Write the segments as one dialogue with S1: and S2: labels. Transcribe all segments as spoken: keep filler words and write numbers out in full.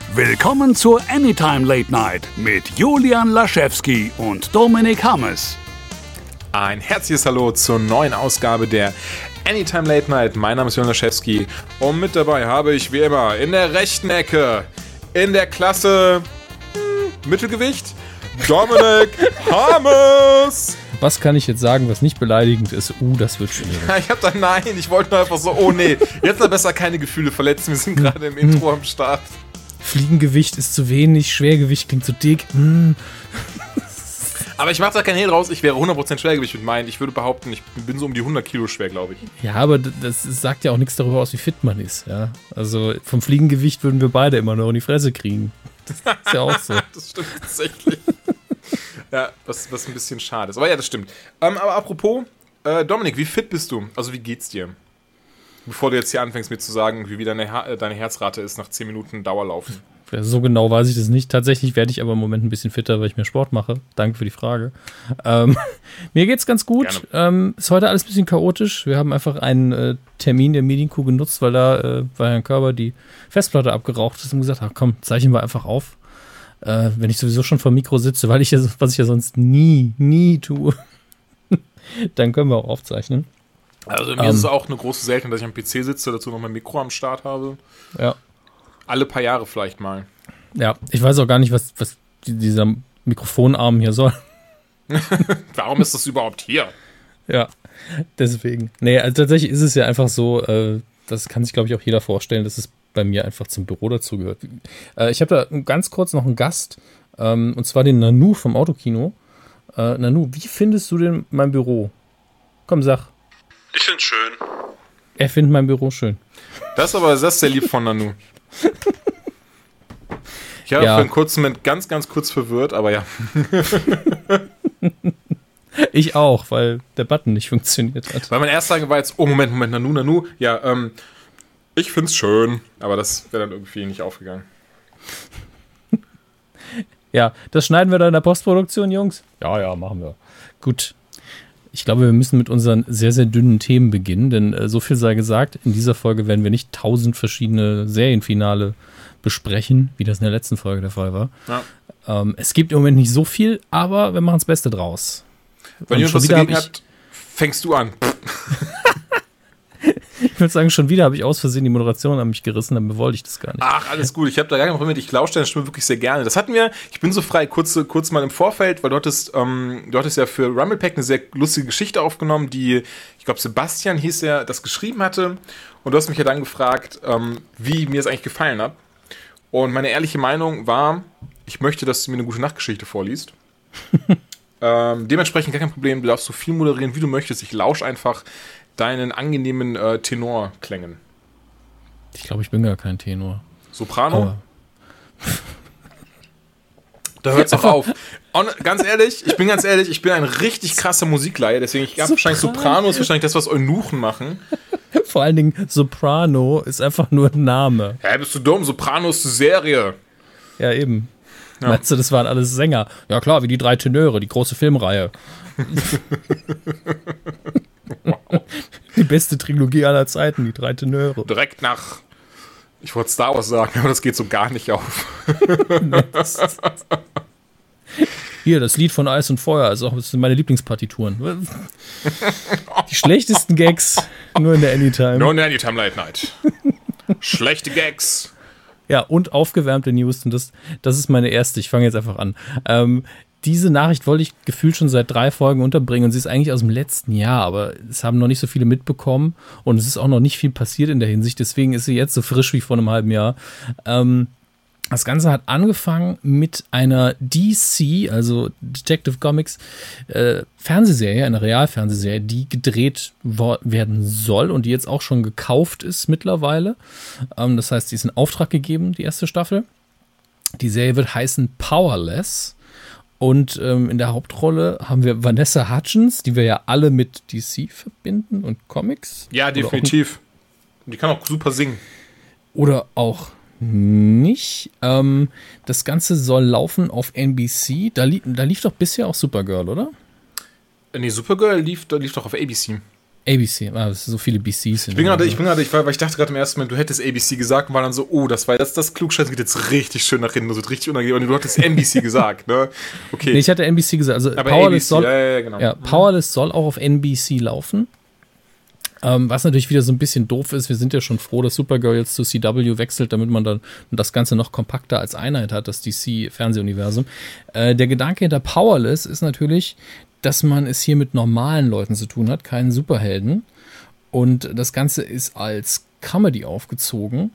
S1: Willkommen zur Anytime Late Night mit Julian Laschewski und Dominik Hammes.
S2: Ein herzliches Hallo zur neuen Ausgabe der Anytime Late Night. Mein Name ist Julian Laschewski und mit dabei habe ich wie immer in der rechten Ecke, in der Klasse hm, Mittelgewicht, Dominik Hammes.
S3: Was kann ich jetzt sagen, was nicht beleidigend ist? Uh, das wird schwierig.
S2: Ja, ich hab da nein, ich wollte nur einfach so, oh nee, jetzt mal besser keine Gefühle verletzen, wir sind gerade im Intro am Start.
S3: Fliegengewicht ist zu wenig, Schwergewicht klingt zu dick. Mm.
S2: Aber ich mache da keinen Hehl raus, ich wäre hundert Prozent Schwergewicht mit meinen. Ich würde behaupten, ich bin so um die hundert Kilo schwer, glaube ich.
S3: Ja, aber das sagt ja auch nichts darüber aus, wie fit man ist. Ja? Also vom Fliegengewicht würden wir beide immer noch in die Fresse kriegen. Das ist ja auch so.
S2: Das stimmt tatsächlich. Ja, was, was ein bisschen schade ist. Aber ja, das stimmt. Ähm, aber apropos, äh, Dominik, wie fit bist du? Also wie geht's dir? Bevor du jetzt hier anfängst, mir zu sagen, wie deine, Her- deine Herzrate ist nach zehn Minuten Dauerlaufen.
S3: So genau weiß ich das nicht. Tatsächlich werde ich aber im Moment ein bisschen fitter, weil ich mehr Sport mache. Danke für die Frage. Ähm, mir geht's ganz gut. Ähm, ist heute alles ein bisschen chaotisch. Wir haben einfach einen äh, Termin der Medienkuh genutzt, weil da äh, bei Herrn Körber die Festplatte abgeraucht ist und gesagt, ach komm, zeichnen wir einfach auf. Äh, wenn ich sowieso schon vor dem Mikro sitze, weil ich ja, was ich ja sonst nie, nie tue, dann können wir auch aufzeichnen.
S2: Also mir ähm, ist es auch eine große Seltenheit, dass ich am P C sitze, dazu noch mein Mikro am Start habe.
S3: Ja.
S2: Alle paar Jahre vielleicht mal.
S3: Ja, ich weiß auch gar nicht, was, was dieser Mikrofonarm hier soll.
S2: Warum ist das überhaupt hier?
S3: Ja, deswegen. Nee, also tatsächlich ist es ja einfach so, äh, das kann sich, glaube ich, auch jeder vorstellen, dass es bei mir einfach zum Büro dazugehört. Äh, ich habe da ganz kurz noch einen Gast, ähm, und zwar den Nanu vom Autokino. Äh, Nanu, wie findest du denn mein Büro? Komm, sag.
S4: Ich find's schön.
S3: Er findet mein Büro schön.
S2: Das ist aber das ist sehr lieb von Nanu. Ich habe ja. für einen kurzen Moment ganz, ganz kurz verwirrt, aber ja.
S3: Ich auch, weil der Button nicht funktioniert hat.
S2: Weil mein erster Gedanke war jetzt, oh Moment, Moment, Nanu, Nanu. Ja, ähm, ich find's schön, aber das wäre dann irgendwie nicht aufgegangen.
S3: Ja, das schneiden wir dann in der Postproduktion, Jungs? Ja, ja, machen wir. Gut. Ich glaube, wir müssen mit unseren sehr, sehr dünnen Themen beginnen, denn äh, so viel sei gesagt, in dieser Folge werden wir nicht tausend verschiedene Serienfinale besprechen, wie das in der letzten Folge der Fall war. Ja. Ähm, es gibt im Moment nicht so viel, aber wir machen das Beste draus.
S2: Wenn ihr was dagegen habt, fängst du an.
S3: Ich würde sagen, schon wieder habe ich aus Versehen die Moderation an mich gerissen, dann wollte ich das gar nicht.
S2: Ach, alles gut. Ich habe da gar kein Problem mit. Ich lausche deine Stimme wirklich sehr gerne. Das hatten wir, ich bin so frei, kurz, kurz mal im Vorfeld, weil du hattest, ähm, du hattest ja für Rumblepack eine sehr lustige Geschichte aufgenommen, die, ich glaube, Sebastian hieß er, das geschrieben hatte. Und du hast mich ja dann gefragt, ähm, wie mir es eigentlich gefallen hat. Und meine ehrliche Meinung war, ich möchte, dass du mir eine gute Nachtgeschichte vorliest. ähm, dementsprechend gar kein Problem. Du darfst so viel moderieren, wie du möchtest. Ich lausche einfach deinen angenehmen äh, Tenorklängen.
S3: Ich glaube, ich bin gar kein Tenor.
S2: Soprano? Aber da hört's doch auf. Und ganz ehrlich, ich bin ganz ehrlich, ich bin ein richtig krasser Musikleier, deswegen ich habe wahrscheinlich Soprano ist wahrscheinlich das, was Eunuchen machen.
S3: Vor allen Dingen Soprano ist einfach nur ein Name.
S2: Ja, bist du dumm? Soprano ist eine Serie.
S3: Ja, eben. Ja. Meinst du, das waren alles Sänger? Ja klar, wie die drei Tenöre, die große Filmreihe. Wow. Die beste Trilogie aller Zeiten, die drei Tenöre.
S2: Direkt nach, ich wollte Star Wars sagen, aber das geht so gar nicht auf.
S3: Hier, das Lied von Eis und Feuer, also das sind meine Lieblingspartituren. Die schlechtesten Gags, nur in der Anytime.
S2: Nur in der Anytime Late Night. Schlechte Gags.
S3: Ja, und aufgewärmte News, und das, das ist meine erste, ich fange jetzt einfach an. Ähm, Diese Nachricht wollte ich gefühlt schon seit drei Folgen unterbringen und sie ist eigentlich aus dem letzten Jahr, aber es haben noch nicht so viele mitbekommen und es ist auch noch nicht viel passiert in der Hinsicht, deswegen ist sie jetzt so frisch wie vor einem halben Jahr. Ähm, das Ganze hat angefangen mit einer D C, also Detective Comics, äh, Fernsehserie, eine Realfernsehserie, die gedreht wo- werden soll und die jetzt auch schon gekauft ist mittlerweile. Ähm, das heißt, die ist in Auftrag gegeben, die erste Staffel. Die Serie wird heißen Powerless. Und ähm, in der Hauptrolle haben wir Vanessa Hudgens, die wir ja alle mit D C verbinden und Comics.
S2: Ja, definitiv. Die kann auch super singen.
S3: Oder auch nicht. Ähm, das Ganze soll laufen auf N B C. Da, li- da lief doch bisher auch Supergirl, oder?
S2: Nee, Supergirl lief, lief doch auf A B C.
S3: A B C, ah, so viele B Cs.
S2: Ich bin gerade, ich bin gerade, ich war, weil ich dachte gerade im ersten Moment, du hättest A B C gesagt und war dann so, oh, das war das, das Klugscheiß geht jetzt richtig schön nach hinten, das wird richtig unangenehm. Und du hattest N B C gesagt, ne? Okay.
S3: Nee, ich hatte N B C gesagt. Also
S2: aber
S3: Powerless,
S2: A B C,
S3: soll,
S2: ja, ja, genau.
S3: ja, Powerless soll auch auf N B C laufen. Ähm, was natürlich wieder so ein bisschen doof ist. Wir sind ja schon froh, dass Supergirl jetzt zu C W wechselt, damit man dann das Ganze noch kompakter als Einheit hat, das D C-Fernsehuniversum. Äh, der Gedanke hinter Powerless ist natürlich, dass man es hier mit normalen Leuten zu tun hat, keinen Superhelden. Und das Ganze ist als Comedy aufgezogen.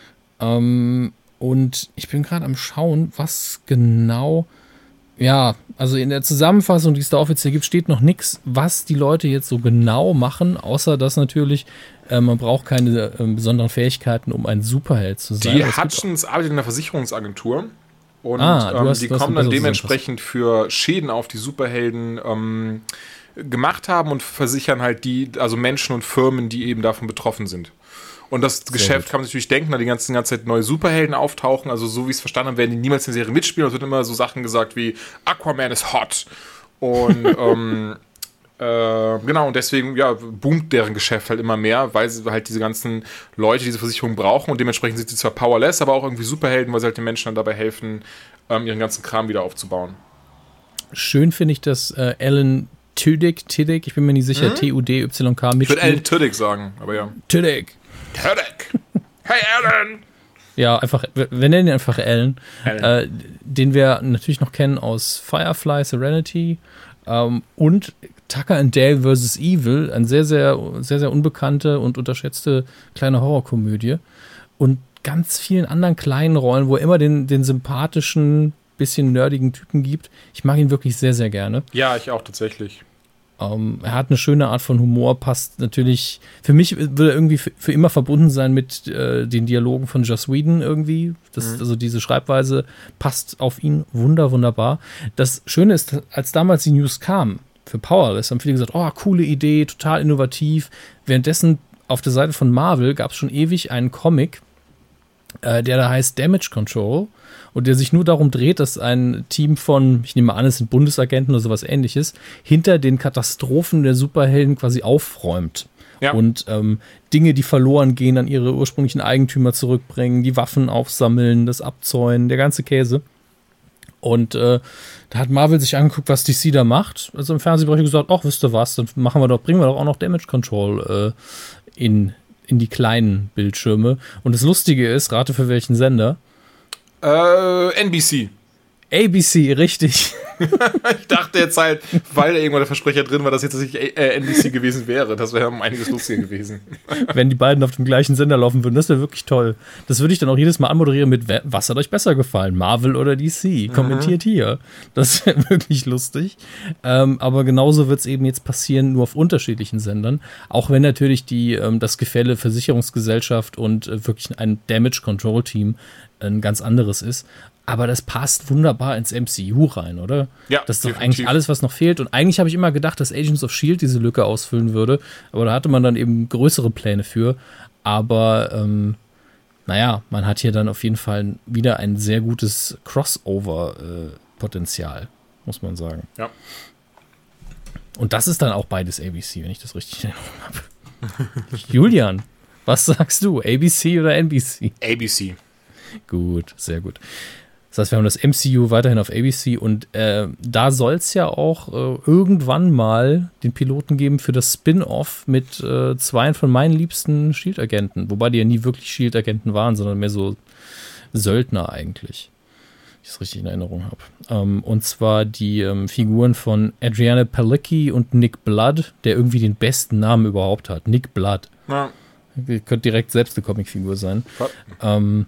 S3: Ähm, und ich bin gerade am Schauen, was genau, ja, also in der Zusammenfassung, die es da offiziell gibt, steht noch nichts, was die Leute jetzt so genau machen, außer dass natürlich, äh, man braucht keine äh, besonderen Fähigkeiten, um ein Superheld zu sein.
S2: Die Hutchins arbeitet in einer Versicherungsagentur. Und
S3: ah,
S2: ähm,
S3: hast,
S2: die kommen dann dementsprechend für Schäden auf die Superhelden ähm, gemacht haben und versichern halt die, also Menschen und Firmen, die eben davon betroffen sind. Und das Sehr Geschäft gut. Kann man natürlich denken, da die ganze, die ganze Zeit neue Superhelden auftauchen, also so wie ich es verstanden habe, werden die niemals in der Serie mitspielen. Es wird immer so Sachen gesagt wie Aquaman ist hot. Und ähm, äh, genau, und deswegen ja, boomt deren Geschäft halt immer mehr, weil sie halt diese ganzen Leute diese Versicherung brauchen und dementsprechend sind sie zwar powerless, aber auch irgendwie Superhelden, weil sie halt den Menschen dann dabei helfen, ähm, ihren ganzen Kram wieder aufzubauen.
S3: Schön finde ich, dass äh, Alan Tudyk, Tudyk, ich bin mir nicht sicher, hm? T U D Y K mitspielt.
S2: Ich würde Alan Tudyk sagen, aber ja.
S3: Tudyk.
S2: Tudyk. Hey Alan!
S3: Ja, einfach, wir nennen ihn einfach Alan, Alan. Äh, den wir natürlich noch kennen aus Firefly, Serenity ähm, und Tucker and Dale versus. Evil, eine sehr, sehr, sehr, sehr unbekannte und unterschätzte kleine Horrorkomödie und ganz vielen anderen kleinen Rollen, wo er immer den, den sympathischen, bisschen nerdigen Typen gibt. Ich mag ihn wirklich sehr, sehr gerne.
S2: Ja, ich auch tatsächlich.
S3: Um, er hat eine schöne Art von Humor, passt natürlich, für mich will er irgendwie für, für immer verbunden sein mit äh, den Dialogen von Joss Whedon irgendwie. Das, mhm. Also diese Schreibweise passt auf ihn wunder, wunderbar. Das Schöne ist, als damals die News kam für Powerless, haben viele gesagt, oh, coole Idee, total innovativ. Währenddessen auf der Seite von Marvel gab es schon ewig einen Comic, äh, der da heißt Damage Control. Und der sich nur darum dreht, dass ein Team von, ich nehme an, es sind Bundesagenten oder sowas Ähnliches, hinter den Katastrophen der Superhelden quasi aufräumt. Ja. Und ähm, Dinge, die verloren gehen, an ihre ursprünglichen Eigentümer zurückbringen, die Waffen aufsammeln, das Abzäunen, der ganze Käse. Und äh, da hat Marvel sich angeguckt, was D C da macht. Also im Fernsehbereich gesagt, ach, wisst ihr was, dann machen wir doch, bringen wir doch auch noch Damage Control äh, in, in die kleinen Bildschirme. Und das Lustige ist, rate für welchen Sender?
S2: Äh, N B C.
S3: A B C, richtig.
S2: Ich dachte jetzt halt, weil da irgendwann der Versprecher drin war, dass jetzt nicht äh, N B C gewesen wäre. Das wäre um einiges lustiger gewesen.
S3: Wenn die beiden auf dem gleichen Sender laufen würden, das wäre wirklich toll. Das würde ich dann auch jedes Mal anmoderieren mit, was hat euch besser gefallen, Marvel oder D C? Kommentiert mhm. hier. Das wäre wirklich lustig. Ähm, aber genauso wird es eben jetzt passieren, nur auf unterschiedlichen Sendern. Auch wenn natürlich die, ähm, das Gefälle Versicherungsgesellschaft und äh, wirklich ein Damage Control Team ein ganz anderes ist. Aber das passt wunderbar ins M C U rein, oder?
S2: Ja,
S3: das ist doch eigentlich alles, was noch fehlt. Und eigentlich habe ich immer gedacht, dass Agents of S H I E L D diese Lücke ausfüllen würde. Aber da hatte man dann eben größere Pläne für. Aber, ähm, naja, man hat hier dann auf jeden Fall wieder ein sehr gutes Crossover-Potenzial, äh, muss man sagen.
S2: Ja.
S3: Und das ist dann auch beides A B C, wenn ich das richtig in Erinnerung habe. Julian, was sagst du? A B C oder N B C?
S2: A B C.
S3: Gut, sehr gut. Das heißt, wir haben das M C U weiterhin auf A B C und äh, da soll es ja auch äh, irgendwann mal den Piloten geben für das Spin-Off mit äh, zwei von meinen liebsten S H I E L D-Agenten, wobei die ja nie wirklich S H I E L D-Agenten waren, sondern mehr so Söldner eigentlich, wenn ich es richtig in Erinnerung habe. Ähm, und zwar die ähm, Figuren von Adriana Palicki und Nick Blood, der irgendwie den besten Namen überhaupt hat. Nick Blood. Ja. Könnte direkt selbst eine Comicfigur sein. Ja. Ähm,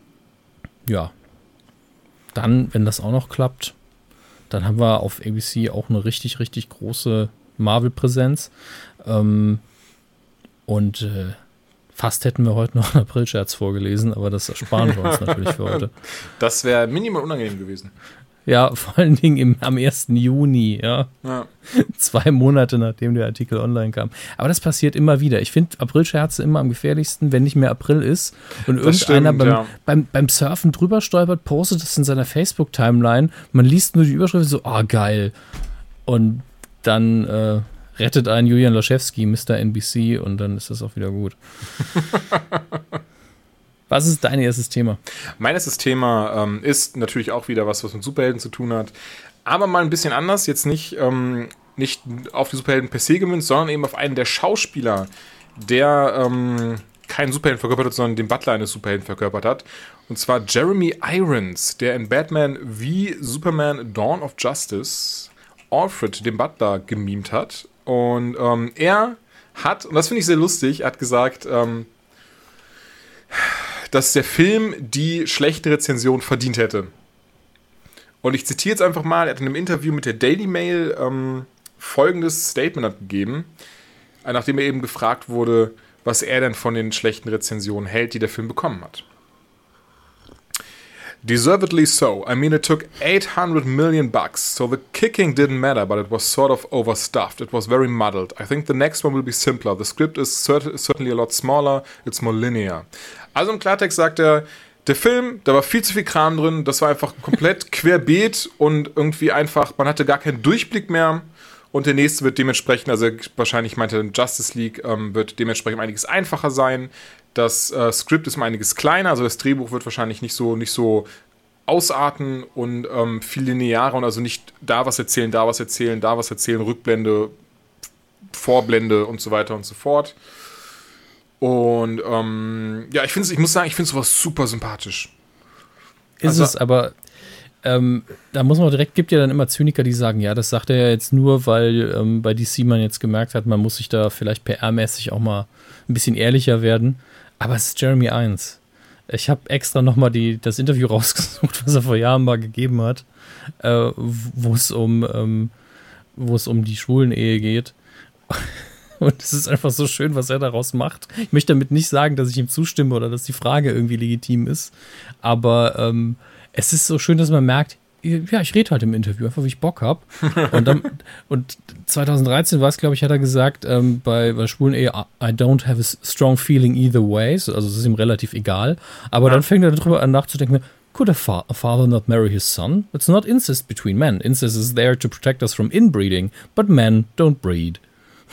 S3: Ja, dann, wenn das auch noch klappt, dann haben wir auf A B C auch eine richtig, richtig große Marvel-Präsenz. Ähm, und äh, fast hätten wir heute noch einen April-Scherz vorgelesen, aber das ersparen wir uns natürlich für heute.
S2: Das wäre minimal unangenehm gewesen.
S3: Ja, vor allen Dingen im, am ersten Juni, ja. ja. Zwei Monate, nachdem der Artikel online kam. Aber das passiert immer wieder. Ich finde Aprilscherze immer am gefährlichsten, wenn nicht mehr April ist und das irgendeiner stimmt, beim, ja. beim, beim Surfen drüber stolpert, postet das in seiner Facebook-Timeline. Man liest nur die Überschrift so, ah, oh, geil. Und dann äh, rettet einen Julian Laschewski, Mister N B C, und dann ist das auch wieder gut. Was ist dein erstes Thema?
S2: Mein erstes Thema ähm, ist natürlich auch wieder was, was mit Superhelden zu tun hat, aber mal ein bisschen anders, jetzt nicht, ähm, nicht auf die Superhelden per se gemünzt, sondern eben auf einen der Schauspieler, der ähm, keinen Superhelden verkörpert hat, sondern den Butler eines Superhelden verkörpert hat. Und zwar Jeremy Irons, der in Batman wie Superman Dawn of Justice Alfred, den Butler, gemimt hat. Und ähm, er hat, und das finde ich sehr lustig, hat gesagt, ähm, dass der Film die schlechte Rezension verdient hätte. Und ich zitiere jetzt einfach mal, er hat in einem Interview mit der Daily Mail ähm, folgendes Statement abgegeben, nachdem er eben gefragt wurde, was er denn von den schlechten Rezensionen hält, die der Film bekommen hat. Deservedly so. I mean, it took eight hundred million bucks, so the kicking didn't matter, but it was sort of overstuffed. It was very muddled. I think the next one will be simpler. The script is cert- certainly a lot smaller. It's more linear. Also im Klartext sagt er, der Film, da war viel zu viel Kram drin, das war einfach komplett querbeet und irgendwie einfach, man hatte gar keinen Durchblick mehr. Und der nächste wird dementsprechend, also wahrscheinlich meinte Justice League, ähm, wird dementsprechend einiges einfacher sein. Das äh, Skript ist um einiges kleiner, also das Drehbuch wird wahrscheinlich nicht so, nicht so ausarten und ähm, viel linearer und also nicht da was erzählen, da was erzählen, da was erzählen, Rückblende, Vorblende und so weiter und so fort. Und ähm, ja, ich finde ich muss sagen, ich finde sowas super sympathisch.
S3: Ist
S2: also,
S3: es, aber ähm, da muss man direkt, gibt ja dann immer Zyniker, die sagen, ja, das sagt er ja jetzt nur, weil ähm, bei D C man jetzt gemerkt hat, man muss sich da vielleicht P R-mäßig auch mal ein bisschen ehrlicher werden. Aber es ist Jeremy Irons. Ich habe extra nochmal das Interview rausgesucht, was er vor Jahren mal gegeben hat, äh, wo es um, ähm, wo es um die Schwulen-Ehe geht. Und es ist einfach so schön, was er daraus macht. Ich möchte damit nicht sagen, dass ich ihm zustimme oder dass die Frage irgendwie legitim ist. Aber ähm, es ist so schön, dass man merkt, ja, ich rede halt im Interview, einfach wie ich Bock habe. Und, dann, und zwanzig dreizehn war es, glaube ich, hat er gesagt, ähm, bei, bei schwulen Ehe, I don't have a strong feeling either way. Also es ist ihm relativ egal. Aber ja. Dann fängt er darüber an nachzudenken, could a, fa- a father not marry his son? It's not incest between men. Incest is there to protect us from inbreeding, but men don't breed.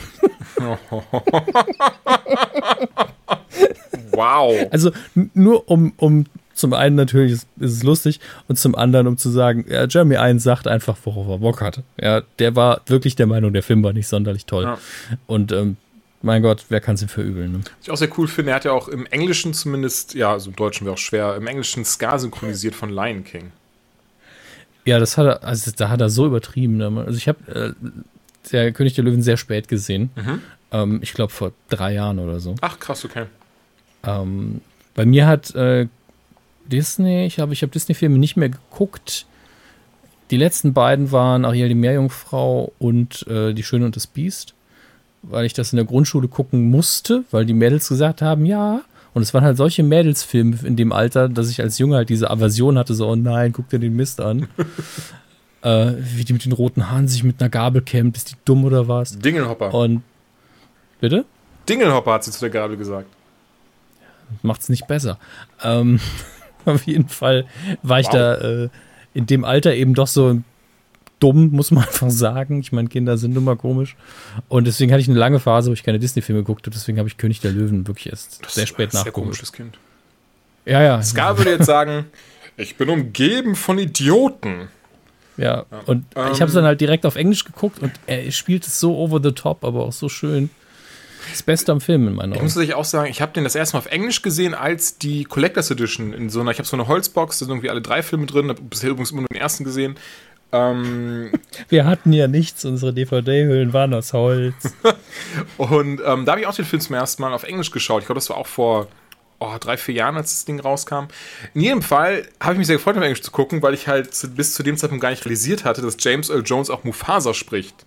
S2: Wow.
S3: Also n- nur um, um zum einen natürlich ist, ist es lustig und zum anderen um zu sagen, ja, Jeremy Irons sagt einfach, worauf er Bock hat. Ja, der war wirklich der Meinung, der Film war nicht sonderlich toll. Ja. Und ähm, mein Gott, wer kann es ihm verübeln? Ne?
S2: Was ich auch sehr cool finde, er hat ja auch im Englischen zumindest, ja, also im Deutschen wäre auch schwer, im Englischen Scar synchronisiert von Lion King.
S3: Ja, das hat er, also da hat er so übertrieben. Ne? Also ich habe äh, der König der Löwen sehr spät gesehen. Mhm. Ähm, ich glaube vor drei Jahren oder so.
S2: Ach, krass, okay.
S3: Ähm, bei mir hat äh, Disney, ich habe ich hab Disney-Filme nicht mehr geguckt. Die letzten beiden waren Ariel die Meerjungfrau und äh, Die Schöne und das Biest, weil ich das in der Grundschule gucken musste, weil die Mädels gesagt haben, ja. Und es waren halt solche Mädelsfilme in dem Alter, dass ich als Junge halt diese Aversion hatte, so, oh nein, guck dir den Mist an. äh, wie die mit den roten Haaren sich mit einer Gabel kämmt, ist die dumm oder was?
S2: Dingelhopper.
S3: Und, bitte?
S2: Dingelhopper hat sie zu der Gabel gesagt.
S3: Macht's nicht besser. Ähm, auf jeden Fall war ich wow. da äh, in dem Alter eben doch so dumm, muss man einfach sagen. Ich meine, Kinder sind immer komisch. Und deswegen hatte ich eine lange Phase, wo ich keine Disney-Filme geguckt habe. Deswegen habe ich König der Löwen wirklich erst das sehr spät nachgeguckt. Sehr komisches Kind. Ja, ja.
S2: Scar würde jetzt sagen, ich bin umgeben von Idioten.
S3: Ja, ja. Und ähm, ich habe es dann halt direkt auf Englisch geguckt und er spielt es so over the top, aber auch so schön. Das Beste am Film in meinen Augen.
S2: Ich muss natürlich auch sagen, ich habe den das erste Mal auf Englisch gesehen als die Collectors Edition in so einer, ich habe so eine Holzbox, da sind irgendwie alle drei Filme drin, habe bisher übrigens immer nur den ersten gesehen. Ähm,
S3: Wir hatten ja nichts, unsere D V D-Hüllen waren aus Holz.
S2: Und ähm, da habe ich auch den Film zum ersten Mal auf Englisch geschaut. Ich glaube, das war auch vor oh, drei, vier Jahren, als das Ding rauskam. In jedem Fall habe ich mich sehr gefreut, auf Englisch zu gucken, weil ich halt bis zu dem Zeitpunkt gar nicht realisiert hatte, dass James Earl Jones auch Mufasa spricht.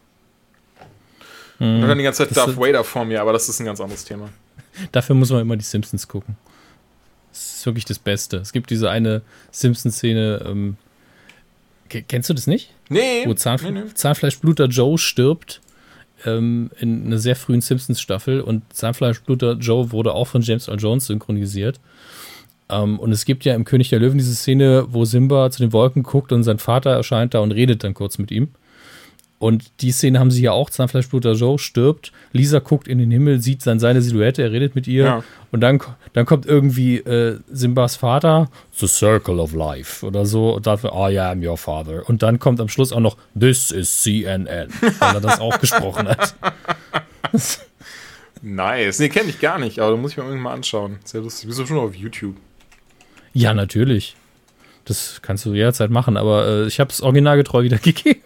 S2: Und dann die ganze Zeit Darth Vader vor mir, aber das ist ein ganz anderes Thema.
S3: Dafür muss man immer die Simpsons gucken. Das ist wirklich das Beste. Es gibt diese eine Simpsons-Szene, ähm, kennst du das nicht?
S2: Nee.
S3: Wo Zahnf-
S2: nee, nee.
S3: Zahnfleischbluter Joe stirbt ähm, in einer sehr frühen Simpsons-Staffel und Zahnfleischbluter Joe wurde auch von James Earl Jones synchronisiert. Ähm, und es gibt ja im König der Löwen diese Szene, wo Simba zu den Wolken guckt und sein Vater erscheint da und redet dann kurz mit ihm. Und die Szene haben sie ja auch, Zahnfleischbluter Joe stirbt, Lisa guckt in den Himmel, sieht dann seine Silhouette, er redet mit ihr
S2: Ja.
S3: und dann, dann kommt irgendwie äh, Simbas Vater, The Circle of Life oder so und dafür, I am your father. Und dann kommt am Schluss auch noch, This is C N N, weil er das auch gesprochen hat.
S2: Nice. Nee, kenne ich gar nicht, aber da muss ich mir irgendwann mal anschauen. Sehr lustig. Bist du schon auf YouTube?
S3: Ja, natürlich. Das kannst du jederzeit machen, aber äh, ich habe es originalgetreu wiedergegeben.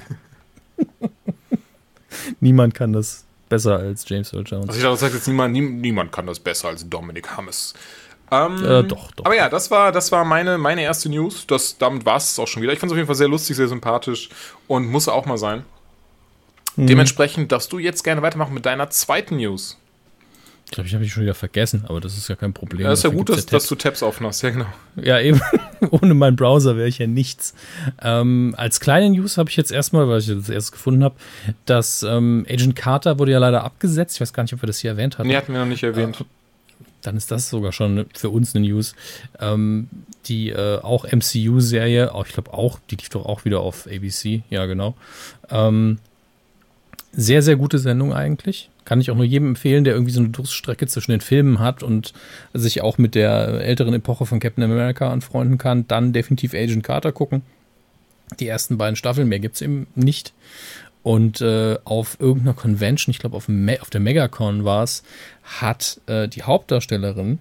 S3: Niemand kann das besser als James Earl Jones.
S2: Also ich glaube, das sagt jetzt niemand, nie, niemand kann das besser als Dominic Hammes. Ähm,
S3: Äh, doch, doch.
S2: Aber ja, das war, das war meine, meine erste News. Das, damit war es auch schon wieder. Ich fand es auf jeden Fall sehr lustig, sehr sympathisch und muss auch mal sein.
S3: Mhm.
S2: Dementsprechend darfst du jetzt gerne weitermachen mit deiner zweiten News.
S3: Ich glaube, ich habe dich schon wieder vergessen, aber das ist ja kein Problem.
S2: Ja, ist ja
S3: Dafür
S2: gut,
S3: gibt's
S2: dass,
S3: ja
S2: dass du Tabs aufmachst. Ja, genau.
S3: Ja, eben. Ohne meinen Browser wäre ich ja nichts. Ähm, als kleine News habe ich jetzt erstmal, weil ich das erst gefunden habe, dass ähm, Agent Carter wurde ja leider abgesetzt. Ich weiß gar nicht, ob wir das hier erwähnt hatten.
S2: Nee, hatten wir noch nicht erwähnt.
S3: Äh, dann ist das sogar schon für uns eine News. Ähm, die äh, auch M C U-Serie, auch, ich glaube auch, die lief doch auch wieder auf A B C. Ja, genau. Ähm, sehr, sehr gute Sendung eigentlich. Kann ich auch nur jedem empfehlen, der irgendwie so eine Durststrecke zwischen den Filmen hat und sich auch mit der älteren Epoche von Captain America anfreunden kann, dann definitiv Agent Carter gucken. Die ersten beiden Staffeln, mehr gibt's eben nicht. Und äh, auf irgendeiner Convention, ich glaube auf, Me- auf der Megacon war es, hat äh, die Hauptdarstellerin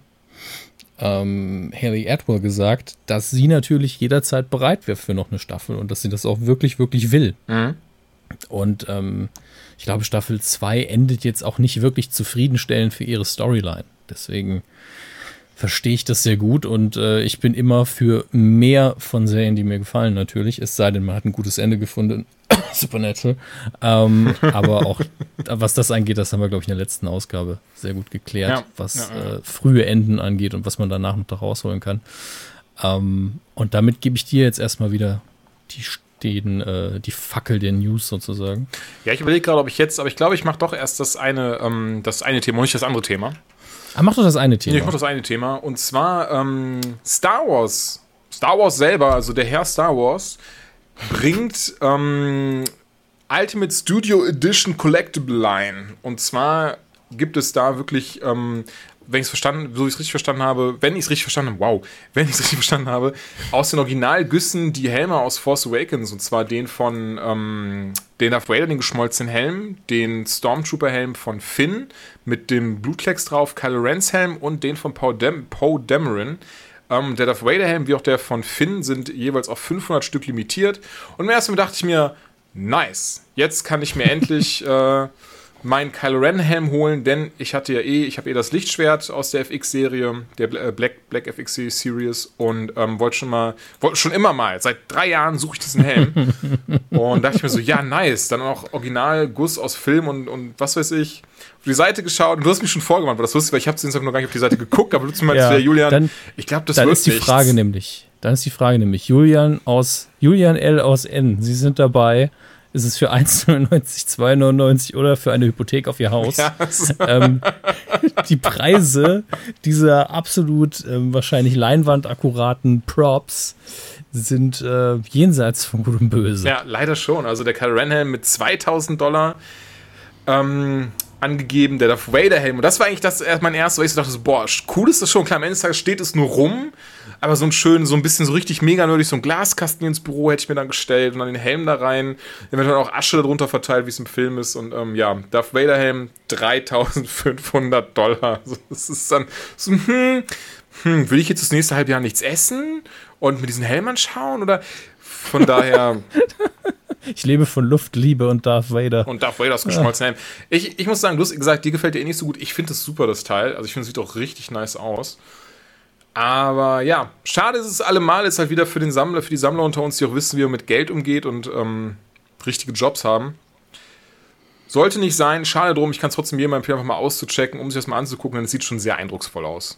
S3: ähm, Haley Atwell gesagt, dass sie natürlich jederzeit bereit wäre für noch eine Staffel und dass sie das auch wirklich, wirklich will.
S2: Mhm.
S3: Und ähm, ich glaube, Staffel zwei endet jetzt auch nicht wirklich zufriedenstellend für ihre Storyline. Deswegen verstehe ich das sehr gut und äh, ich bin immer für mehr von Serien, die mir gefallen natürlich. Es sei denn, man hat ein gutes Ende gefunden. Supernatural. Ähm, aber auch, was das angeht, das haben wir, glaube ich, in der letzten Ausgabe sehr gut geklärt,
S2: Ja,
S3: was
S2: ja, ja.
S3: Äh, frühe Enden angeht und was man danach noch da rausholen kann. Ähm, und damit gebe ich dir jetzt erstmal wieder die Den, äh, die Fackel der News sozusagen.
S2: Ja, ich überlege gerade, ob ich jetzt, aber ich glaube, ich mache doch erst das eine, ähm, das eine Thema und nicht das andere Thema.
S3: Ah, mach doch das eine Thema.
S2: Nee, ich mache das eine Thema und zwar ähm, Star Wars. Star Wars selber, also der Herr Star Wars, bringt ähm, Ultimate Studio Edition Collectible Line. Und zwar gibt es da wirklich, ähm, wenn ich es verstanden, so ich es richtig verstanden habe, wenn ich es richtig verstanden habe, wow, wenn ich es richtig verstanden habe, aus den Originalgüssen die Helme aus Force Awakens, und zwar den von ähm, den Darth Vader, den geschmolzenen Helm, den Stormtrooper-Helm von Finn mit dem Blutklecks drauf, Kylo Rens Helm und den von Poe Dam- Poe Dameron. Ähm, der Darth Vader-Helm wie auch der von Finn sind jeweils auf fünfhundert Stück limitiert. Und im ersten Mal dachte ich mir, nice, jetzt kann ich mir endlich äh, meinen Kylo Ren Helm holen, denn ich hatte ja eh, ich habe eh das Lichtschwert aus der F X-Serie, der Black, Black F X-Series und ähm, wollte schon mal, wollte schon immer mal, seit drei Jahren suche ich diesen Helm und dachte ich mir so, ja nice, dann auch Original Guss aus Film und, und was weiß ich, auf die Seite geschaut und du hast mich schon vorgewandt, weil das wusste ich, weil ich habe zu Instagram noch gar nicht auf die Seite geguckt, aber du meinst, ja, Julian, dann, ich glaube, das
S3: dann
S2: wird
S3: ist die
S2: nichts.
S3: Frage nämlich, dann ist die Frage nämlich, Julian aus, Julian L. aus N, Sie sind dabei. Ist es für eins neunundneunzig, zwei neunundneunzig oder für eine Hypothek auf Ihr Haus?
S2: Ja,
S3: ähm, die Preise dieser absolut ähm, wahrscheinlich leinwandakkuraten Props sind äh, jenseits von Gut und Böse.
S2: Ja, leider schon. Also der Kylo Ren Helm mit zweitausend Dollar ähm, angegeben, der Darth Vader Helm. Und das war eigentlich das erst mein erstes, weil ich so dachte, so, boah, cool ist das schon. Klar, am Ende des Tages steht es nur rum, aber so ein schön, so ein bisschen so richtig mega nerdig, so ein Glaskasten ins Büro hätte ich mir dann gestellt und dann den Helm da rein. Dann wird dann auch Asche darunter verteilt, wie es im Film ist. Und ähm, ja, Darth Vader Helm, dreitausendfünfhundert Dollar. Also, das ist dann so, hm, hm, will ich jetzt das nächste halbe Jahr nichts essen und mir diesen Helm anschauen? Oder von daher...
S3: Ich lebe von Luft, Liebe und Darth Vader.
S2: Und Darth Vaders geschmolzen Helm. Ich, ich muss sagen, du hast gesagt, dir gefällt dir eh nicht so gut. Ich finde das super, das Teil. Also ich finde, es sieht auch richtig nice aus. Aber ja, schade ist es allemal, ist halt wieder für den Sammler, für die Sammler unter uns, die auch wissen, wie man mit Geld umgeht und ähm, richtige Jobs haben. Sollte nicht sein, schade drum. Ich kann es trotzdem jedem empfehlen, einfach mal auszuchecken, um sich das mal anzugucken, denn es sieht schon sehr eindrucksvoll aus.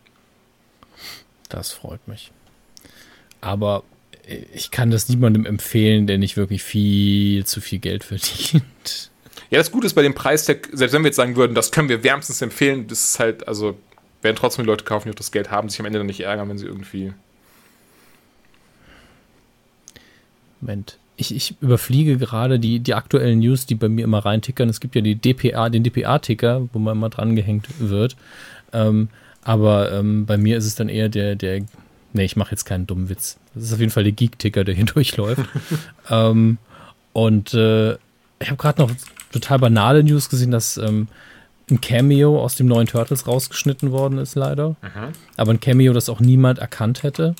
S3: Das freut mich. Aber ich kann das niemandem empfehlen, der nicht wirklich viel zu viel Geld verdient.
S2: Ja, das Gute ist bei dem Preistag, selbst wenn wir jetzt sagen würden, das können wir wärmstens empfehlen, das ist halt, also werden trotzdem die Leute kaufen, die auch das Geld haben, sich am Ende dann nicht ärgern, wenn sie irgendwie...
S3: Moment. Ich, ich überfliege gerade die, die aktuellen News, die bei mir immer reintickern. Es gibt ja die D P A, den D P A-Ticker, wo man immer dran gehängt wird. Ähm, aber ähm, bei mir ist es dann eher der, der nee, ich mache jetzt keinen dummen Witz. Das ist auf jeden Fall der Geek-Ticker, der hier durchläuft. ähm, und äh, ich habe gerade noch total banale News gesehen, dass ähm, ein Cameo aus dem neuen Turtles rausgeschnitten worden ist, leider. Mhm. Aber ein Cameo, das auch niemand erkannt hätte.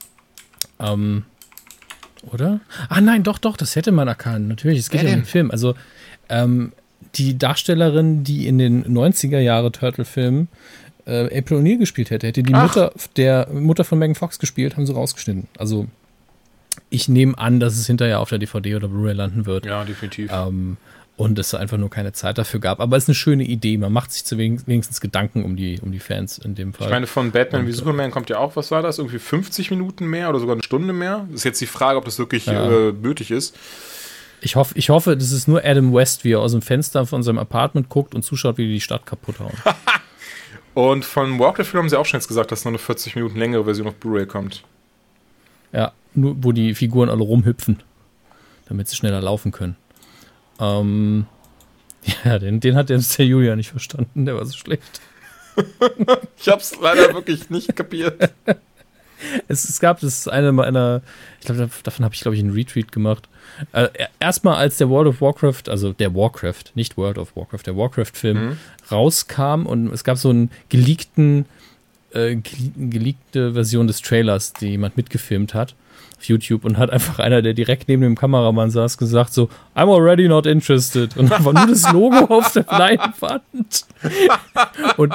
S3: Ähm, oder? Ah nein, doch, doch, das hätte man erkannt. Natürlich, es geht ja um den Film. Also ähm, die Darstellerin, die in den neunziger-Jahre-Turtle-Filmen äh, April O'Neil gespielt hätte, hätte die Mutter der Mutter von Megan Fox gespielt, haben sie rausgeschnitten. Also ich nehme an, dass es hinterher auf der D V D oder Blu-ray landen wird.
S2: Ja, definitiv.
S3: Ähm, und es einfach nur keine Zeit dafür gab. Aber es ist eine schöne Idee. Man macht sich zu wenigstens Gedanken um die, um die Fans in dem Fall.
S2: Ich meine, von Batman wie Superman kommt ja auch, was war das? Irgendwie fünfzig Minuten mehr oder sogar eine Stunde mehr? Ist jetzt die Frage, ob das wirklich ja. äh, nötig ist.
S3: Ich hoffe, ich hoffe, das ist nur Adam West, wie er aus dem Fenster von seinem Apartment guckt und zuschaut, wie die die Stadt kaputt hauen.
S2: Und von Warcraft-Film haben sie auch schon jetzt gesagt, dass noch eine vierzig Minuten längere Version auf Blu-ray kommt.
S3: Ja, nur wo die Figuren alle rumhüpfen, damit sie schneller laufen können. Ähm, ja, den, den hat der Julia nicht verstanden, der war so schlecht.
S2: Ich hab's leider wirklich nicht kapiert.
S3: Es, es gab das eine meiner, ich glaube, davon habe ich, glaube ich, einen Retweet gemacht. Äh, Erstmal, als der World of Warcraft, also der Warcraft, nicht World of Warcraft, der Warcraft-Film mhm. rauskam und es gab so einen geleakten, äh, geleakte Version des Trailers, die jemand mitgefilmt hat auf YouTube und hat einfach einer, der direkt neben dem Kameramann saß, gesagt so, I'm already not interested. Und dann war nur das Logo auf der Leinwand. Und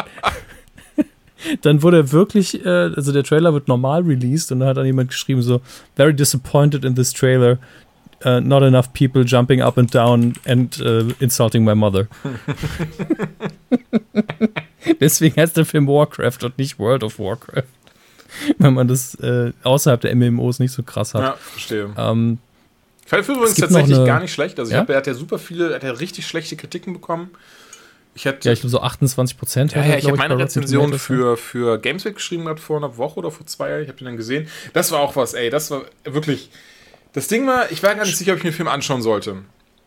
S3: dann wurde er wirklich, äh, also der Trailer wird normal released und dann hat dann jemand geschrieben so, very disappointed in this trailer, uh, not enough people jumping up and down and uh, insulting my mother. Deswegen heißt der Film Warcraft und nicht World of Warcraft. Wenn man das äh, außerhalb der M M Os nicht so krass hat.
S2: Ja, verstehe.
S3: Ähm,
S2: ich fand übrigens tatsächlich eine, gar nicht schlecht. Also ich
S3: ja?
S2: hab, er hat ja super viele, er hat ja richtig schlechte Kritiken bekommen. Ich hatte,
S3: ja, ich glaube so achtundzwanzig Prozent.
S2: Ja, ja, ich habe meine Rezension für, für Gamesweek geschrieben gehabt vor einer Woche oder vor zwei Jahren. Ich habe den dann gesehen. Das war auch was, ey. Das war wirklich... Das Ding war, ich war gar nicht sicher, ob ich mir den Film anschauen sollte.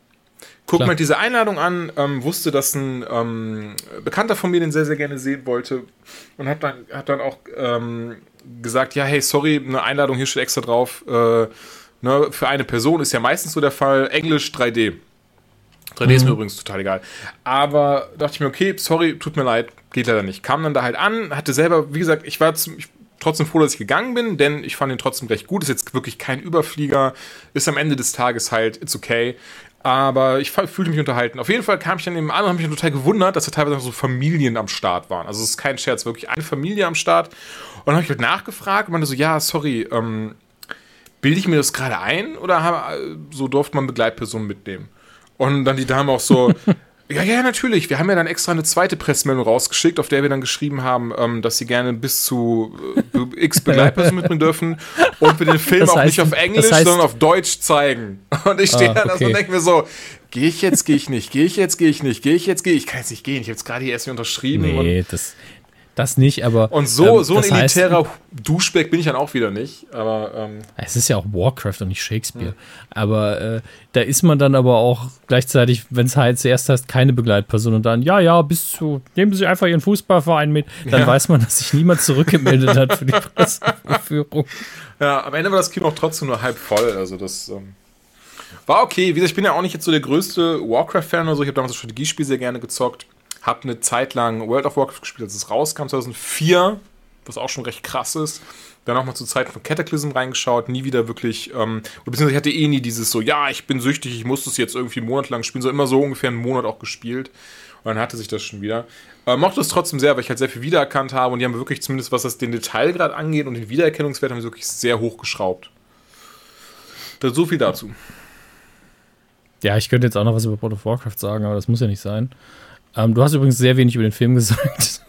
S2: Guck mir diese Einladung an, ähm, wusste, dass ein ähm, Bekannter von mir den sehr, sehr gerne sehen wollte und hat dann, hat dann auch ähm, gesagt, ja, hey, sorry, eine Einladung, hier steht extra drauf, äh, ne, für eine Person ist ja meistens so der Fall, Englisch drei D. drei D mhm. ist mir übrigens total egal. Aber dachte ich mir, okay, sorry, tut mir leid, geht leider nicht. Kam dann da halt an, hatte selber, wie gesagt, ich war zum, ich, trotzdem froh, dass ich gegangen bin, denn ich fand ihn trotzdem recht gut. Ist jetzt wirklich kein Überflieger, ist am Ende des Tages halt, it's okay. Aber ich fühlte mich unterhalten. Auf jeden Fall kam ich dann eben an und habe mich total gewundert, dass da teilweise noch so Familien am Start waren. Also es ist kein Scherz, wirklich eine Familie am Start. Und dann habe ich halt nachgefragt und meinte so, ja, sorry, ähm, bilde ich mir das gerade ein? Oder hab, so durfte man Begleitpersonen mitnehmen? Und dann die Dame auch so, ja, ja, natürlich. Wir haben ja dann extra eine zweite Pressemeldung rausgeschickt, auf der wir dann geschrieben haben, ähm, dass sie gerne bis zu äh, x Begleitpersonen mitnehmen dürfen und wir den Film das heißt, auch nicht auf Englisch, das heißt, sondern auf Deutsch zeigen. Und ich stehe ah, da okay. und denke mir so, gehe ich jetzt, gehe ich nicht, gehe ich jetzt, gehe ich nicht, gehe ich jetzt, gehe ich, ich kann jetzt nicht gehen. Ich habe jetzt gerade hier erst wieder unterschrieben.
S3: Nee,
S2: und
S3: das... Das nicht, aber...
S2: Und so, ähm, so ein elitärer heißt, Duschback bin ich dann auch wieder nicht, aber... Ähm,
S3: es ist ja auch Warcraft und nicht Shakespeare. Ja. Aber äh, da ist man dann aber auch gleichzeitig, wenn es halt zuerst heißt, keine Begleitperson und dann, ja, ja, bis zu, nehmen Sie einfach Ihren Fußballverein mit, dann ja. weiß man, dass sich niemand zurückgemeldet hat für die Pressevorführung.
S2: Ja, am Ende war das Kino auch trotzdem nur halb voll, also das... Ähm, war okay. Wie gesagt, ich bin ja auch nicht jetzt so der größte Warcraft-Fan oder so, ich habe damals das Strategiespiel sehr gerne gezockt. Hab eine Zeit lang World of Warcraft gespielt, als es rauskam, zweitausendvier, was auch schon recht krass ist. Dann auch mal zu Zeiten von Cataclysm reingeschaut, nie wieder wirklich, ähm, beziehungsweise ich hatte eh nie dieses so, ja, ich bin süchtig, ich muss das jetzt irgendwie monatelang spielen, so immer so ungefähr einen Monat auch gespielt. Und dann hatte sich das schon wieder. Äh, mochte es trotzdem sehr, weil ich halt sehr viel wiedererkannt habe und die haben wirklich zumindest, was das den Detailgrad angeht und den Wiedererkennungswert, haben sie wirklich sehr hoch geschraubt. Das, so viel dazu.
S3: Ja, ich könnte jetzt auch noch was über World of Warcraft sagen, aber das muss ja nicht sein. Ähm, du hast übrigens sehr wenig über den Film gesagt.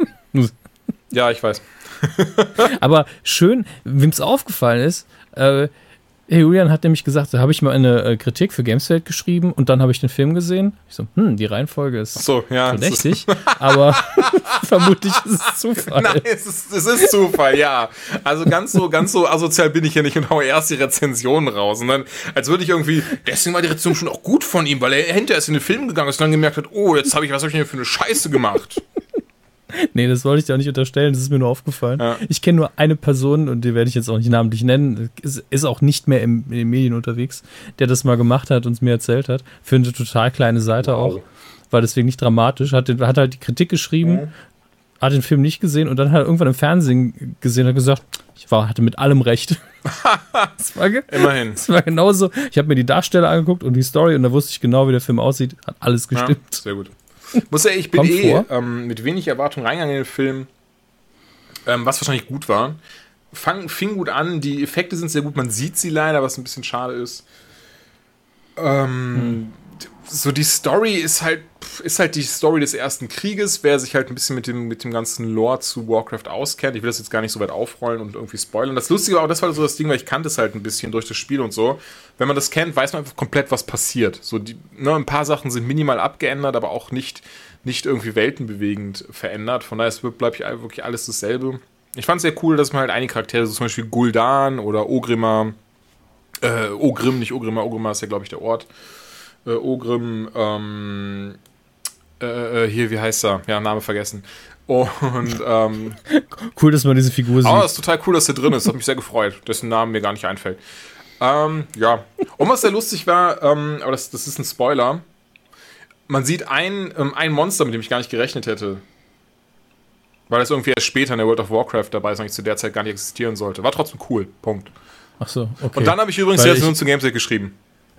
S2: Ja, ich weiß.
S3: Aber schön, wem es aufgefallen ist, äh, Julian hat nämlich gesagt, da habe ich mal eine äh, Kritik für Gamesfeld geschrieben und dann habe ich den Film gesehen. Ich so, hm, die Reihenfolge ist
S2: so, ja,
S3: verdächtig, aber vermutlich ist es Zufall.
S2: Nein, es ist, es ist Zufall, ja. Also ganz so, ganz so asozial bin ich ja nicht und haue erst die Rezensionen raus. Und dann, als würde ich irgendwie, deswegen war die Rezension schon auch gut von ihm, weil er hinterher ist in den Film gegangen ist und dann gemerkt hat, oh, jetzt habe ich, was habe ich denn für eine Scheiße gemacht?
S3: Nee, das wollte ich dir auch nicht unterstellen, das ist mir nur aufgefallen. Ja. Ich kenne nur eine Person, und die werde ich jetzt auch nicht namentlich nennen, ist, ist auch nicht mehr im, in den Medien unterwegs, der das mal gemacht hat und es mir erzählt hat. Für eine total kleine Seite wow. auch. War deswegen nicht dramatisch. Hat, den, hat halt die Kritik geschrieben, mhm. hat den Film nicht gesehen und dann hat er irgendwann im Fernsehen gesehen und hat gesagt, ich war, hatte mit allem recht. das war ge-
S2: Immerhin.
S3: Das war genauso. Ich habe mir die Darsteller angeguckt und die Story und da wusste ich genau, wie der Film aussieht. Hat alles gestimmt.
S2: Ja, sehr gut. Muss ja, ich bin Kommt eh ähm, mit wenig Erwartung reingegangen in den Film, ähm, was wahrscheinlich gut war. Fang, fing gut an, die Effekte sind sehr gut, man sieht sie leider, was ein bisschen schade ist. Ähm, hm. So die Story ist halt, ist halt die Story des Ersten Krieges, wer sich halt ein bisschen mit dem, mit dem ganzen Lore zu Warcraft auskennt. Ich will das jetzt gar nicht so weit aufrollen und irgendwie spoilern. Das Lustige war auch, das war so das Ding, weil ich kannte es halt ein bisschen durch das Spiel und so. Wenn man das kennt, weiß man einfach komplett, was passiert. So die, ne, ein paar Sachen sind minimal abgeändert, aber auch nicht, nicht irgendwie weltenbewegend verändert. Von daher ist, bleibt wirklich alles dasselbe. Ich fand es sehr cool, dass man halt einige Charaktere, so zum Beispiel Gul'dan oder Ogrimmar, äh, Ogrim, nicht Ogrimmar, Ogrimmar ist ja, glaube ich, der Ort. Äh, Ogrim, ähm, äh, hier, wie heißt er? Ja, Name vergessen. Und, ähm,
S3: cool, dass man diese Figur sieht.
S2: Oh, das ist total cool, dass der drin ist. Das hat mich sehr gefreut, dessen Namen mir gar nicht einfällt. Ähm, ja. Und was sehr lustig war, ähm, aber das, das ist ein Spoiler, man sieht ein, ähm, ein Monster, mit dem ich gar nicht gerechnet hätte. Weil das irgendwie erst später in der World of Warcraft dabei ist, eigentlich zu der Zeit gar nicht existieren sollte. War trotzdem cool. Punkt.
S3: Ach so, okay.
S2: Und dann habe ich übrigens die Rezension zu Gameset geschrieben.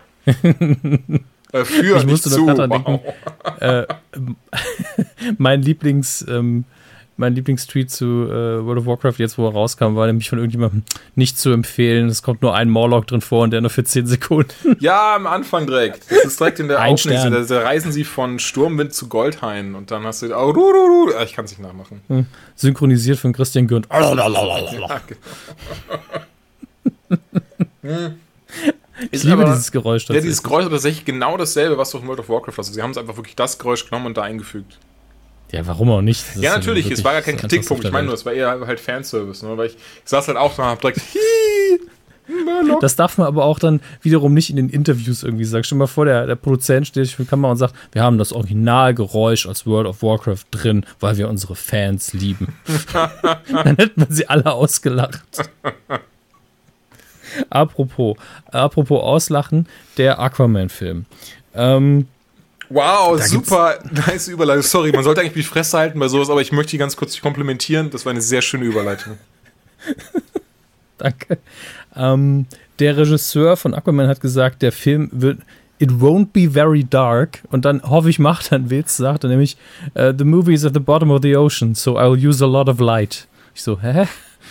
S2: äh, für
S3: ich musste
S2: nicht zu.
S3: Daran
S2: Wow.
S3: denken, äh, mein Lieblings ähm, mein Lieblingstweet zu äh, World of Warcraft, jetzt wo er rauskam, war nämlich von irgendjemandem nicht zu empfehlen. Es kommt nur ein Morlock drin vor und der nur für zehn Sekunden.
S2: Ja, am Anfang direkt. Das ist direkt in der
S3: ein
S2: Aufnahme. Da, da reisen sie von Sturmwind zu Goldhain und dann hast du oh, ru, ru, ru. Ich kann es nicht nachmachen.
S3: Hm. Synchronisiert von Christian Gürnt.
S2: Ja, hm.
S3: Ich liebe aber, dieses Geräusch.
S2: Ja, dieses Geräusch ist tatsächlich genau dasselbe, was du in World of Warcraft hast. Sie haben es einfach wirklich das Geräusch genommen und da eingefügt.
S3: Ja, warum auch nicht?
S2: Das ja, natürlich, es war ja kein Kritikpunkt. Ich meine nur, es war eher halt Fanservice. Ne? Weil ich, ich saß halt auch da und hab direkt das darf man aber auch dann wiederum nicht in den Interviews irgendwie sagen. Stell dir mal vor, der, der Produzent steht vor der Kamera und sagt, wir haben das Originalgeräusch als World of Warcraft drin, weil wir unsere Fans lieben. Dann hätten wir sie alle ausgelacht. Apropos, apropos Auslachen, der Aquaman-Film. Ähm, wow, super nice Überleitung. Sorry, man sollte eigentlich die Fresse halten bei sowas, aber ich möchte die ganz kurz komplimentieren. Das war eine sehr schöne Überleitung.
S3: Danke. Ähm, der Regisseur von Aquaman hat gesagt, der Film wird It won't be very dark. Und dann hoffe ich, macht er einen Witz, sagt er nämlich uh, The movie is at the bottom of the ocean, so I'll use a lot of light. Ich so, hä?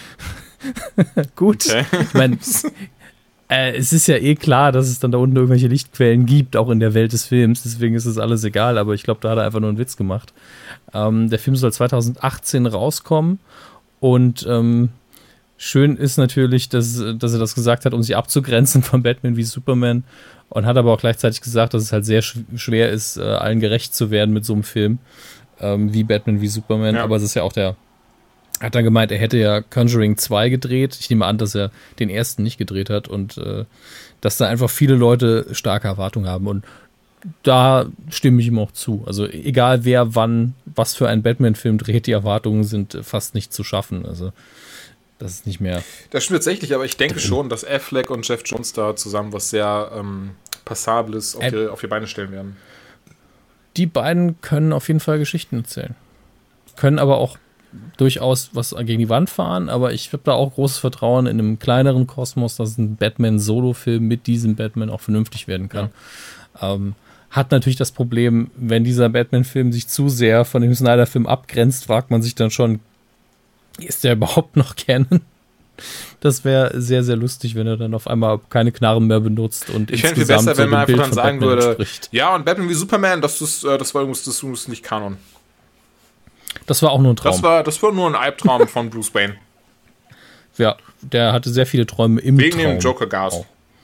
S3: Gut. Okay. Ich meine, äh, es ist ja eh klar, dass es dann da unten irgendwelche Lichtquellen gibt, auch in der Welt des Films. Deswegen ist es alles egal, aber ich glaube, da hat er einfach nur einen Witz gemacht. Ähm, der Film soll zwanzig achtzehn rauskommen und ähm, schön ist natürlich, dass, dass er das gesagt hat, um sich abzugrenzen von Batman wie Superman und hat aber auch gleichzeitig gesagt, dass es halt sehr sch- schwer ist, äh, allen gerecht zu werden mit so einem Film ähm, wie Batman wie Superman. Ja. Aber es ist ja auch der hat dann gemeint, er hätte ja Conjuring zwei gedreht. Ich nehme an, dass er den ersten nicht gedreht hat und äh, dass da einfach viele Leute starke Erwartungen haben. Und da stimme ich ihm auch zu. Also egal wer wann was für einen Batman-Film dreht, die Erwartungen sind fast nicht zu schaffen. Also das ist nicht mehr...
S2: Das stimmt tatsächlich, aber ich denke drin. schon, dass Affleck und Jeff Jones da zusammen was sehr ähm, Passables auf, die, auf die Beine stellen werden.
S3: Die beiden können auf jeden Fall Geschichten erzählen. Können aber auch durchaus was gegen die Wand fahren, aber ich habe da auch großes Vertrauen in einem kleineren Kosmos, dass ein Batman-Solo-Film mit diesem Batman auch vernünftig werden kann. Ja. Ähm, hat natürlich das Problem, wenn dieser Batman-Film sich zu sehr von dem Snyder-Film abgrenzt, fragt man sich dann schon, ist der überhaupt noch Canon? Das wäre sehr, sehr lustig, wenn er dann auf einmal keine Knarren mehr benutzt und
S2: ich fände es viel besser, wenn man einfach dann sagen Batman würde, entspricht. Ja, und Batman wie Superman, das ist, das war das ist nicht Kanon.
S3: Das war auch nur ein Traum.
S2: Das war, das war nur ein Albtraum von Bruce Wayne.
S3: Ja, der hatte sehr viele Träume im
S2: Wegen
S3: Traum.
S2: dem Joker-Gas.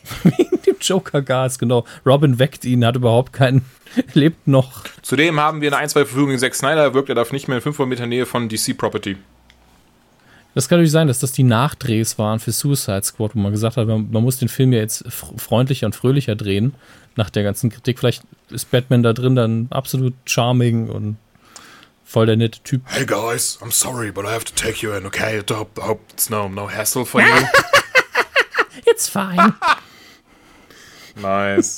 S3: Wegen dem Joker-Gas, genau. Robin weckt ihn, hat überhaupt keinen, lebt noch.
S2: Zudem haben wir eine ein zwei Verfügung gegen Zack Snyder erwirkt, er darf nicht mehr in fünfhundert Meter Nähe von D C-Property.
S3: Das kann natürlich sein, dass das die Nachdrehs waren für Suicide Squad, wo man gesagt hat, man, man muss den Film ja jetzt freundlicher und fröhlicher drehen, nach der ganzen Kritik. Vielleicht ist Batman da drin dann absolut charming und voll der nette Typ.
S2: Hey guys, I'm sorry, but I have to take you in, okay? I hope, I hope it's no, no hassle for you.
S3: It's fine.
S2: Nice.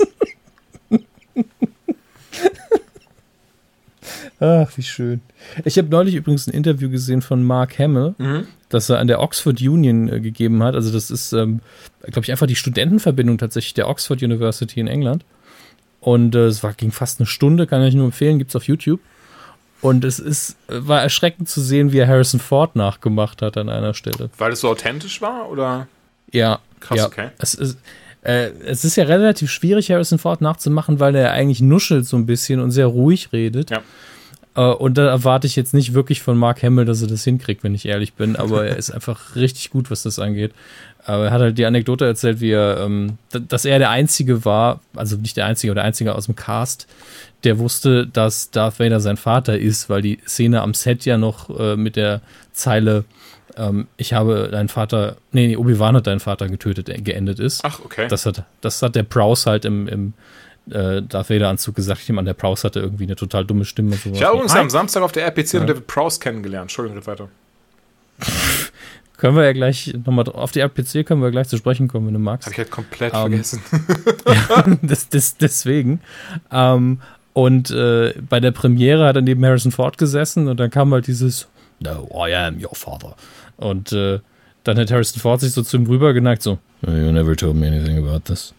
S3: Ach, wie schön. Ich habe neulich übrigens ein Interview gesehen von Mark Hamill, mhm. das er an der Oxford Union äh, gegeben hat. Also das ist, ähm, glaube ich, einfach die Studentenverbindung tatsächlich der Oxford University in England. Und äh, es war, ging fast eine Stunde, kann ich euch nur empfehlen, gibt es auf YouTube. Und es ist, war erschreckend zu sehen, wie er Harrison Ford nachgemacht hat an einer Stelle.
S2: Weil es so authentisch war, oder?
S3: Ja.
S2: Krass,
S3: ja.
S2: okay.
S3: Es ist, äh, es ist ja relativ schwierig, Harrison Ford nachzumachen, weil er eigentlich nuschelt so ein bisschen und sehr ruhig redet.
S2: Ja.
S3: Uh, und da erwarte ich jetzt nicht wirklich von Mark Hamill, dass er das hinkriegt, wenn ich ehrlich bin, aber er ist einfach richtig gut, was das angeht. Aber er hat halt die Anekdote erzählt, wie er, ähm, dass er der Einzige war, also nicht der Einzige, aber der Einzige aus dem Cast, der wusste, dass Darth Vader sein Vater ist, weil die Szene am Set ja noch äh, mit der Zeile ähm, ich habe deinen Vater, nee, nee, Obi-Wan hat deinen Vater getötet, äh, geendet ist.
S2: Ach, okay.
S3: Das hat, das hat der Prowse halt im, im Äh, Darth Vader-Anzug gesagt. Ich nehme an, der Prowse hatte irgendwie eine total dumme Stimme.
S2: Sowas. Ich habe übrigens am Samstag auf der R P C ja. David Prowse kennengelernt. Entschuldigung, red weiter.
S3: Können wir ja gleich nochmal auf die R P C können wir gleich zu sprechen kommen, wenn du magst.
S2: Habe ich halt komplett
S3: um,
S2: vergessen.
S3: ja, das, das, deswegen. Um, und äh, bei der Premiere hat er neben Harrison Ford gesessen und dann kam halt dieses No, I am your father. Und äh, dann hat Harrison Ford sich so zu ihm rübergeneigt, so You never told me anything about this.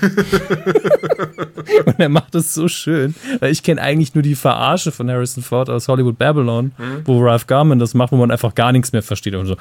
S3: Und er macht es so schön, weil ich kenne eigentlich nur die Verarsche von Harrison Ford aus Hollywood Babylon, mhm. wo Ralph Garman das macht, wo man einfach gar nichts mehr versteht und so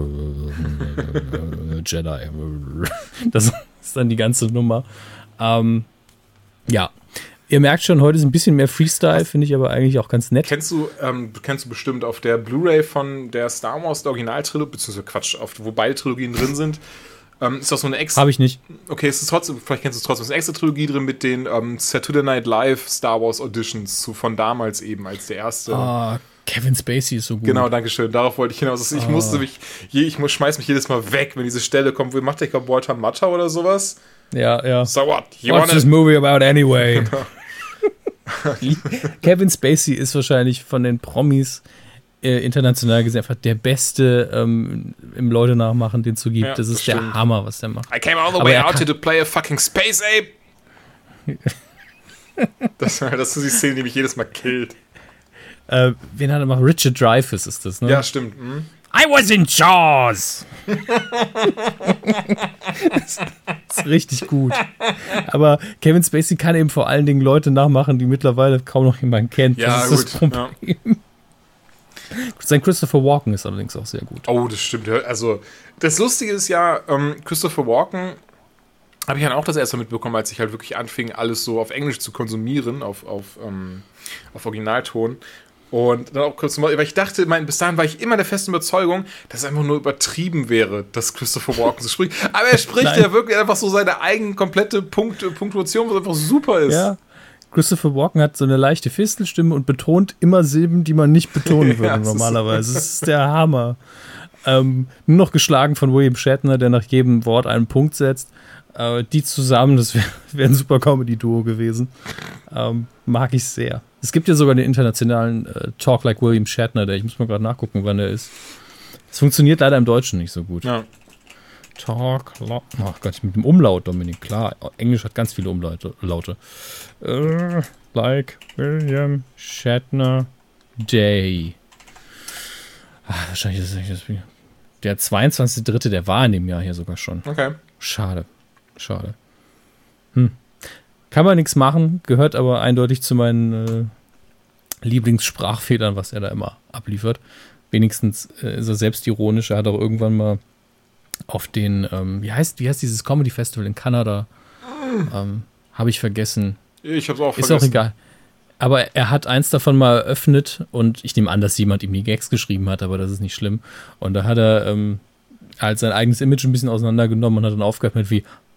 S3: Jedi. Das ist dann die ganze Nummer. Ähm, ja, ihr merkt schon, heute ist ein bisschen mehr Freestyle, finde ich aber eigentlich auch ganz nett.
S2: Kennst du, ähm, kennst du bestimmt auf der Blu-ray von der Star Wars der Originaltrilogie, beziehungsweise Quatsch, auf, wo beide Trilogien drin sind, Ähm, ist doch so eine extra.
S3: Habe ich nicht.
S2: Okay, es ist trotzdem, vielleicht kennst du es trotzdem, es ist eine extra Trilogie drin mit den ähm, Saturday Night Live Star Wars Auditions zu, von damals eben als der erste.
S3: Ah, Kevin Spacey ist so gut.
S2: Genau, danke schön. Darauf wollte ich hinaus. Ich ah. musste mich, ich muss, schmeiß mich jedes Mal weg, wenn diese Stelle kommt. Wie macht der, ich glaube, Walter Matta oder sowas?
S3: Ja, ja.
S2: So what? You
S3: What's
S2: wanna...
S3: this movie about anyway? Kevin Spacey ist wahrscheinlich von den Promis Äh, international gesehen einfach der Beste ähm, im Leute nachmachen, den es so gibt.
S2: Ja,
S3: das ist
S2: das
S3: der
S2: stimmt.
S3: Hammer, was der macht.
S2: I came all the way out here to play a fucking space ape. das, das ist die Szene, die mich jedes Mal killt.
S3: Äh, wen hat er gemacht? Richard Dreyfuss ist das, ne?
S2: Ja, stimmt. Hm?
S3: I was in Jaws! das ist richtig gut. Aber Kevin Spacey kann eben vor allen Dingen Leute nachmachen, die mittlerweile kaum noch jemand kennt.
S2: Ja,
S3: das ist
S2: gut.
S3: Das Problem. Ja. Sein Christopher Walken ist allerdings auch sehr gut.
S2: Oh, das stimmt. Also, das Lustige ist ja, ähm, Christopher Walken habe ich dann auch das erste Mal mitbekommen, als ich halt wirklich anfing, alles so auf Englisch zu konsumieren, auf, auf, ähm, auf Originalton. Und dann auch kurz mal, weil ich dachte, mein, bis dahin war ich immer der festen Überzeugung, dass es einfach nur übertrieben wäre, dass Christopher Walken so spricht. Aber er spricht ja wirklich einfach so seine eigene komplette Punkt, Punktuation, was einfach super ist.
S3: Ja. Christopher Walken hat so eine leichte Fistelstimme und betont immer Silben, die man nicht betonen würde ja, normalerweise. Das ist der Hammer. Ähm, nur noch geschlagen von William Shatner, der nach jedem Wort einen Punkt setzt. Äh, die zusammen, das wäre wär ein super Comedy-Duo gewesen. Ähm, mag ich sehr. Es gibt ja sogar den internationalen äh, Talk Like William Shatner, der ich muss mal gerade nachgucken, wann der ist. Es funktioniert leider im Deutschen nicht so gut.
S2: Ja.
S3: Talk, oh Gott, mit dem Umlaut, Dominik, klar. Englisch hat ganz viele Umlaute. Uh, like William Shatner Day. Ach, wahrscheinlich ist das nicht das. Der zweiundzwanzigste dritte der war in dem Jahr hier sogar schon.
S2: Okay.
S3: Schade. Schade. Hm. Kann man nichts machen, gehört aber eindeutig zu meinen äh, Lieblingssprachfedern, was er da immer abliefert. Wenigstens äh, ist er selbstironisch. Er hat auch irgendwann mal auf den, ähm, wie heißt, wie heißt dieses Comedy Festival in Kanada? Ähm, Habe ich vergessen.
S2: Ich hab's auch
S3: Ist
S2: vergessen.
S3: Ist auch egal. Aber er hat eins davon mal eröffnet und ich nehme an, dass jemand ihm die Gags geschrieben hat, aber das ist nicht schlimm. Und da hat er ähm, halt sein eigenes Image ein bisschen auseinandergenommen und hat dann aufgehört mit wie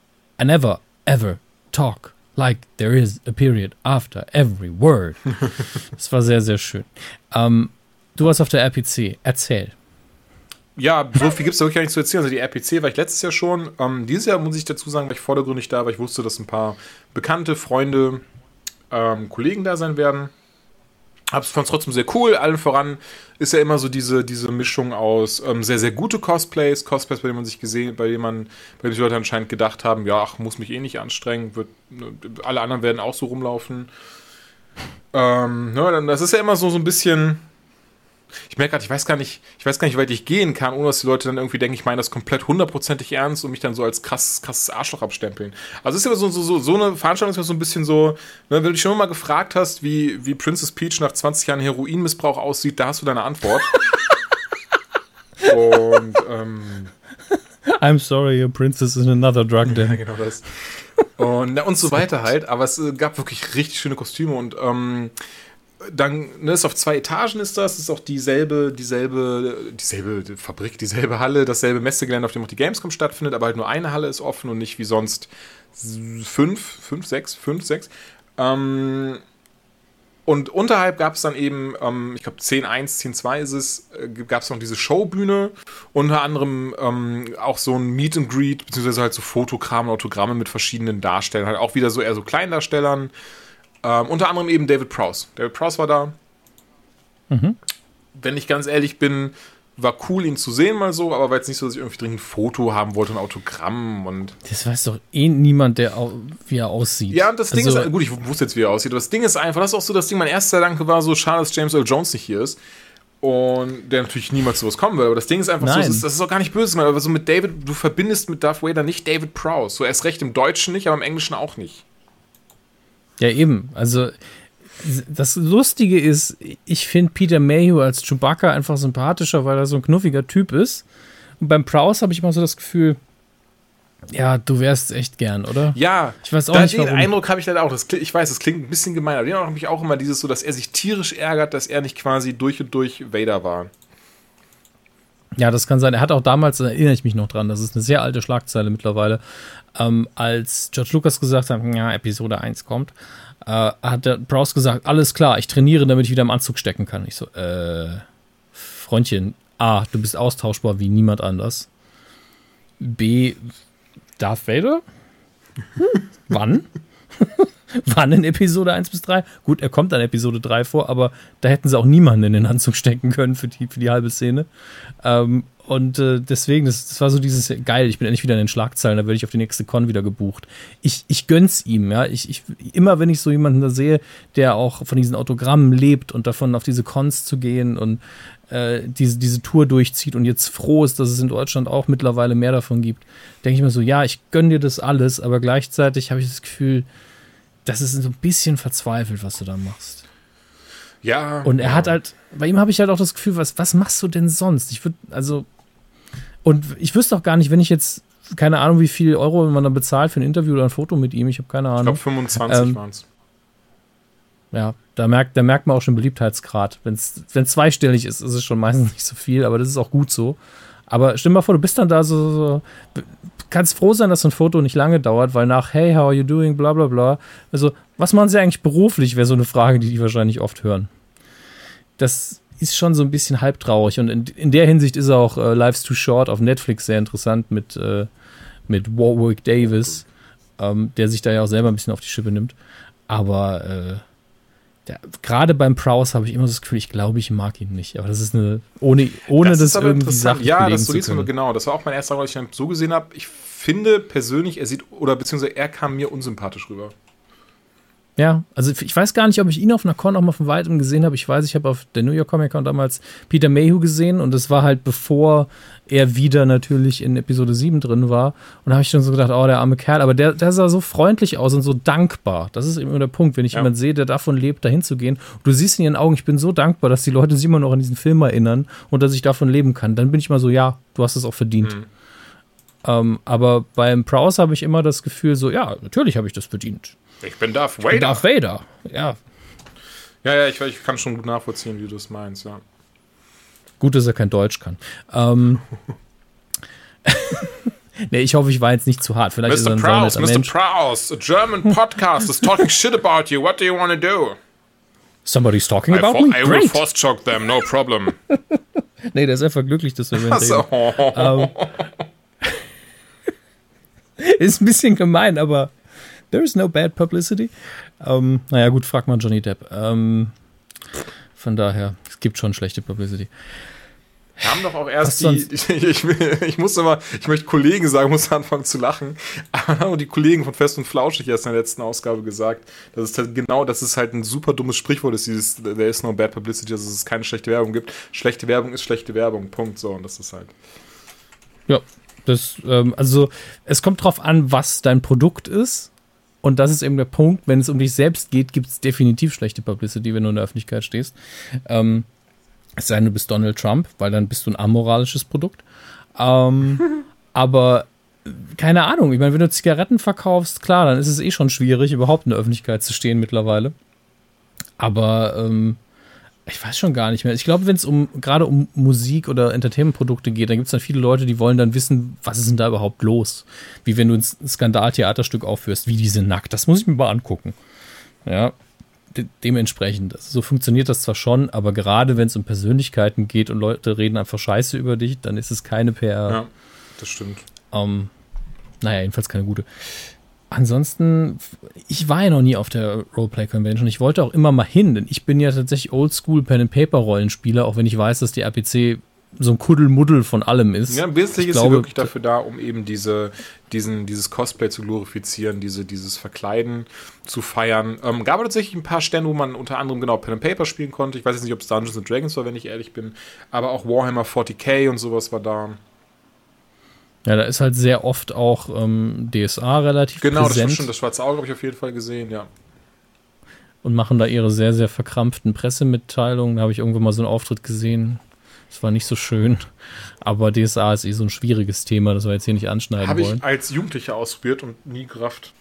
S3: I never, ever talk like there is a period after every word. Das war sehr, sehr schön. Ähm, du warst auf der R P C. Erzähl.
S2: Ja, so viel gibt es da wirklich gar nicht zu erzählen. Also die R P C war ich letztes Jahr schon. Ähm, dieses Jahr, muss ich dazu sagen, war ich vordergründig da, weil ich wusste, dass ein paar bekannte Freunde, ähm, Kollegen da sein werden. Ich fand es trotzdem sehr cool. Allen voran ist ja immer so diese, diese Mischung aus ähm, sehr, sehr gute Cosplays, Cosplays, bei denen man sich gesehen, bei denen man, bei denen die Leute anscheinend gedacht haben, ja, ach, muss mich eh nicht anstrengen, wird, alle anderen werden auch so rumlaufen. Ähm, ne, das ist ja immer so, so ein bisschen. Ich merke gerade, ich weiß gar nicht, ich weiß gar nicht, wie weit ich gehen kann, ohne dass die Leute dann irgendwie denken, ich meine das komplett hundertprozentig ernst und mich dann so als krass, krasses Arschloch abstempeln. Also es ist ja so, so, so, so eine Veranstaltung, ist ja so ein bisschen so, ne, wenn du dich schon mal gefragt hast, wie, wie Princess Peach nach zwanzig Jahren Heroinmissbrauch aussieht, da hast du deine Antwort. Und, ähm,
S3: I'm sorry, your princess is another drug den.
S2: Ja, genau das. Und, und so weiter halt, aber es gab wirklich richtig schöne Kostüme und, ähm, dann, ne, ist auf zwei Etagen ist das, ist auch dieselbe, dieselbe, dieselbe Fabrik, dieselbe Halle, dasselbe Messegelände, auf dem auch die Gamescom stattfindet, aber halt nur eine Halle ist offen und nicht wie sonst fünf, fünf, sechs, fünf, sechs. Ähm, und unterhalb gab es dann eben, ähm, ich glaube zehn eins, zehn zwei ist es, äh, gab es noch diese Showbühne, unter anderem ähm, auch so ein Meet and Greet, beziehungsweise halt so Fotokram, Autogramme mit verschiedenen Darstellern, halt auch wieder so eher so Kleindarstellern. Ähm, unter anderem eben David Prowse. David Prowse war da. Mhm. Wenn ich ganz ehrlich bin, war cool, ihn zu sehen mal so, aber war jetzt nicht so, dass ich irgendwie dringend ein Foto haben wollte, ein Autogramm und...
S3: Das weiß doch eh niemand, der au- wie er aussieht.
S2: Ja, und das Ding
S3: also,
S2: ist, gut, ich wusste jetzt, wie er aussieht, aber das Ding ist einfach, das ist auch so das Ding, mein erster Gedanke war so, schade, dass James Earl Jones nicht hier ist und der natürlich niemals zu was kommen will, aber das Ding ist einfach
S3: Nein.
S2: so, das ist, das ist auch gar nicht böse, aber so mit David, du verbindest mit Darth Vader nicht David Prowse, so erst recht im Deutschen nicht, aber im Englischen auch nicht.
S3: Ja, eben. Also, das Lustige ist, ich finde Peter Mayhew als Chewbacca einfach sympathischer, weil er so ein knuffiger Typ ist. Und beim Prowse habe ich immer so das Gefühl, ja, du wärst echt gern, oder?
S2: Ja,
S3: ich weiß auch
S2: da
S3: nicht,
S2: den
S3: warum.
S2: Eindruck habe ich leider auch. Das, ich weiß, das klingt ein bisschen gemein, aber den Eindruck habe ich auch immer dieses so, dass er sich tierisch ärgert, dass er nicht quasi durch und durch Vader war.
S3: Ja, das kann sein. Er hat auch damals, da erinnere ich mich noch dran, das ist eine sehr alte Schlagzeile mittlerweile, ähm, als George Lucas gesagt hat, ja, Episode eins kommt, äh, hat der Prowse gesagt, alles klar, ich trainiere, damit ich wieder im Anzug stecken kann. Ich so, äh, Freundchen, A, du bist austauschbar wie niemand anders. B, Darth Vader? Hm, wann? Wann in Episode eins bis drei? Gut, er kommt an Episode drei vor, aber da hätten sie auch niemanden in den Anzug stecken können für die, für die halbe Szene. Ähm, und äh, deswegen, das, das war so dieses, geil, ich bin endlich wieder in den Schlagzeilen, da werde ich auf die nächste Con wieder gebucht. Ich, ich gönn's ihm, ja. Ich, ich, immer wenn ich so jemanden da sehe, der auch von diesen Autogrammen lebt und davon auf diese Cons zu gehen und äh, diese, diese Tour durchzieht und jetzt froh ist, dass es in Deutschland auch mittlerweile mehr davon gibt, denke ich mir so, ja, ich gönn dir das alles, aber gleichzeitig habe ich das Gefühl, das ist so ein bisschen verzweifelt, was du da machst.
S2: Ja.
S3: Und er
S2: ja.
S3: hat halt, bei ihm habe ich halt auch das Gefühl, was, was machst du denn sonst? Ich würde, also, und ich wüsste auch gar nicht, wenn ich jetzt, keine Ahnung, wie viel Euro man dann bezahlt für ein Interview oder ein Foto mit ihm, ich habe keine Ahnung.
S2: Ich glaube fünfundzwanzig ähm, waren es.
S3: Ja, da merkt, da merkt man auch schon Beliebtheitsgrad. Wenn es zweistellig ist, ist es schon meistens nicht so viel, aber das ist auch gut so. Aber stell dir mal vor, du bist dann da so, so kannst froh sein, dass so ein Foto nicht lange dauert, weil nach hey, how are you doing, bla bla bla. Also, was machen sie eigentlich beruflich, wäre so eine Frage, die die wahrscheinlich oft hören. Das ist schon so ein bisschen halbtraurig und in, in der Hinsicht ist auch äh, Life's Too Short auf Netflix sehr interessant mit, äh, mit Warwick Davis, ähm, der sich da ja auch selber ein bisschen auf die Schippe nimmt. Aber äh, gerade beim Prowse habe ich immer das Gefühl, ich glaube, ich mag ihn nicht. Aber das ist eine, ohne, ohne das, das irgendwie sachlich
S2: ja,
S3: belegen
S2: das so
S3: zu können.
S2: Mir, genau, das war auch mein erster, was ich dann so gesehen habe. Ich finde persönlich, er sieht, oder beziehungsweise er kam mir unsympathisch rüber.
S3: Ja, also ich weiß gar nicht, ob ich ihn auf einer Con auch mal von weitem gesehen habe. Ich weiß, ich habe auf der New York Comic Con damals Peter Mayhew gesehen und das war halt bevor er wieder natürlich in Episode sieben drin war. Und da habe ich schon so gedacht, oh, der arme Kerl, aber der, der sah so freundlich aus und so dankbar. Das ist immer der Punkt, wenn ich ja. jemanden sehe, der davon lebt, dahin zu gehen. Und du siehst in ihren Augen, ich bin so dankbar, dass die Leute sich immer noch an diesen Film erinnern und dass ich davon leben kann. Dann bin ich mal so, ja, du hast es auch verdient. Mhm. Ähm, aber beim Prowse habe ich immer das Gefühl so, ja, natürlich habe ich das verdient.
S2: Ich bin Darth Vader.
S3: Ich bin Darth Vader, ja.
S2: Ja, ja, ich, ich kann schon gut nachvollziehen, wie du das meinst, ja.
S3: Gut, dass er kein Deutsch kann. Ähm, Nee, ich hoffe, ich war jetzt nicht zu hart. Vielleicht
S2: Mister
S3: ist er ein
S2: Prowse, Mister
S3: Mensch.
S2: Prowse, a German podcast is talking shit about you. What do you want to do?
S3: Somebody's talking
S2: I
S3: about
S2: fo-
S3: me?
S2: I will
S3: Great.
S2: force choke them, no problem.
S3: Nee, der ist einfach glücklich, dass wir mit ihm
S2: Achso.
S3: reden. Um, ist ein bisschen gemein, aber there is no bad publicity. Um, naja, gut, frag mal Johnny Depp. Um, von daher, es gibt schon schlechte Publicity.
S2: Wir haben doch auch erst
S3: Was
S2: die, ich, ich, ich muss immer, ich möchte Kollegen sagen, muss anfangen zu lachen, aber haben die Kollegen von Fest und Flauschig erst in der letzten Ausgabe gesagt, dass es halt genau, dass es halt ein super dummes Sprichwort ist, dieses there is no bad publicity, dass es keine schlechte Werbung gibt. Schlechte Werbung ist schlechte Werbung, Punkt, so, und das ist halt.
S3: Ja, das, ähm, also es kommt drauf an, was dein Produkt ist. Und das ist eben der Punkt, wenn es um dich selbst geht, gibt es definitiv schlechte Publicity, wenn du in der Öffentlichkeit stehst. Ähm, es sei denn, du bist Donald Trump, weil dann bist du ein amoralisches Produkt. Ähm, aber keine Ahnung, ich meine, wenn du Zigaretten verkaufst, klar, dann ist es eh schon schwierig, überhaupt in der Öffentlichkeit zu stehen mittlerweile. Aber ähm, ich weiß schon gar nicht mehr. Ich glaube, wenn es um gerade um Musik oder Entertainment-Produkte geht, dann gibt es dann viele Leute, die wollen dann wissen, was ist denn da überhaupt los? Wie wenn du ein Skandal-Theaterstück aufführst, wie die sind nackt. Das muss ich mir mal angucken. Ja, de- dementsprechend. Also, so funktioniert das zwar schon, aber gerade wenn es um Persönlichkeiten geht und Leute reden einfach Scheiße über dich, dann ist es keine P R.
S2: Ja, das stimmt.
S3: Ähm, naja, jedenfalls keine gute. Ansonsten, ich war ja noch nie auf der Roleplay-Convention. Ich wollte auch immer mal hin, denn ich bin ja tatsächlich Oldschool-Pen-and-Paper-Rollenspieler, auch wenn ich weiß, dass die R P C so ein Kuddelmuddel von allem ist.
S2: Ja, wesentlich ist
S3: glaube,
S2: sie wirklich dafür da, um eben diese, diesen, dieses Cosplay zu glorifizieren, diese, dieses Verkleiden zu feiern. Ähm, gab tatsächlich ein paar Stände, wo man unter anderem genau Pen and Paper spielen konnte. Ich weiß jetzt nicht, ob es Dungeons and Dragons war, wenn ich ehrlich bin, aber auch Warhammer forty K und sowas war da.
S3: Ja, da ist halt sehr oft auch ähm, D S A relativ
S2: Genau,
S3: präsent.
S2: das war schon das Schwarze Auge, habe ich auf jeden Fall gesehen, ja.
S3: Und machen da ihre sehr, sehr verkrampften Pressemitteilungen. Da habe ich irgendwann mal so einen Auftritt gesehen. Das war nicht so schön. Aber D S A ist eh so ein schwieriges Thema, das wir jetzt hier nicht anschneiden
S2: Habe
S3: wollen.
S2: ich als Jugendlicher ausprobiert und nie gerafft.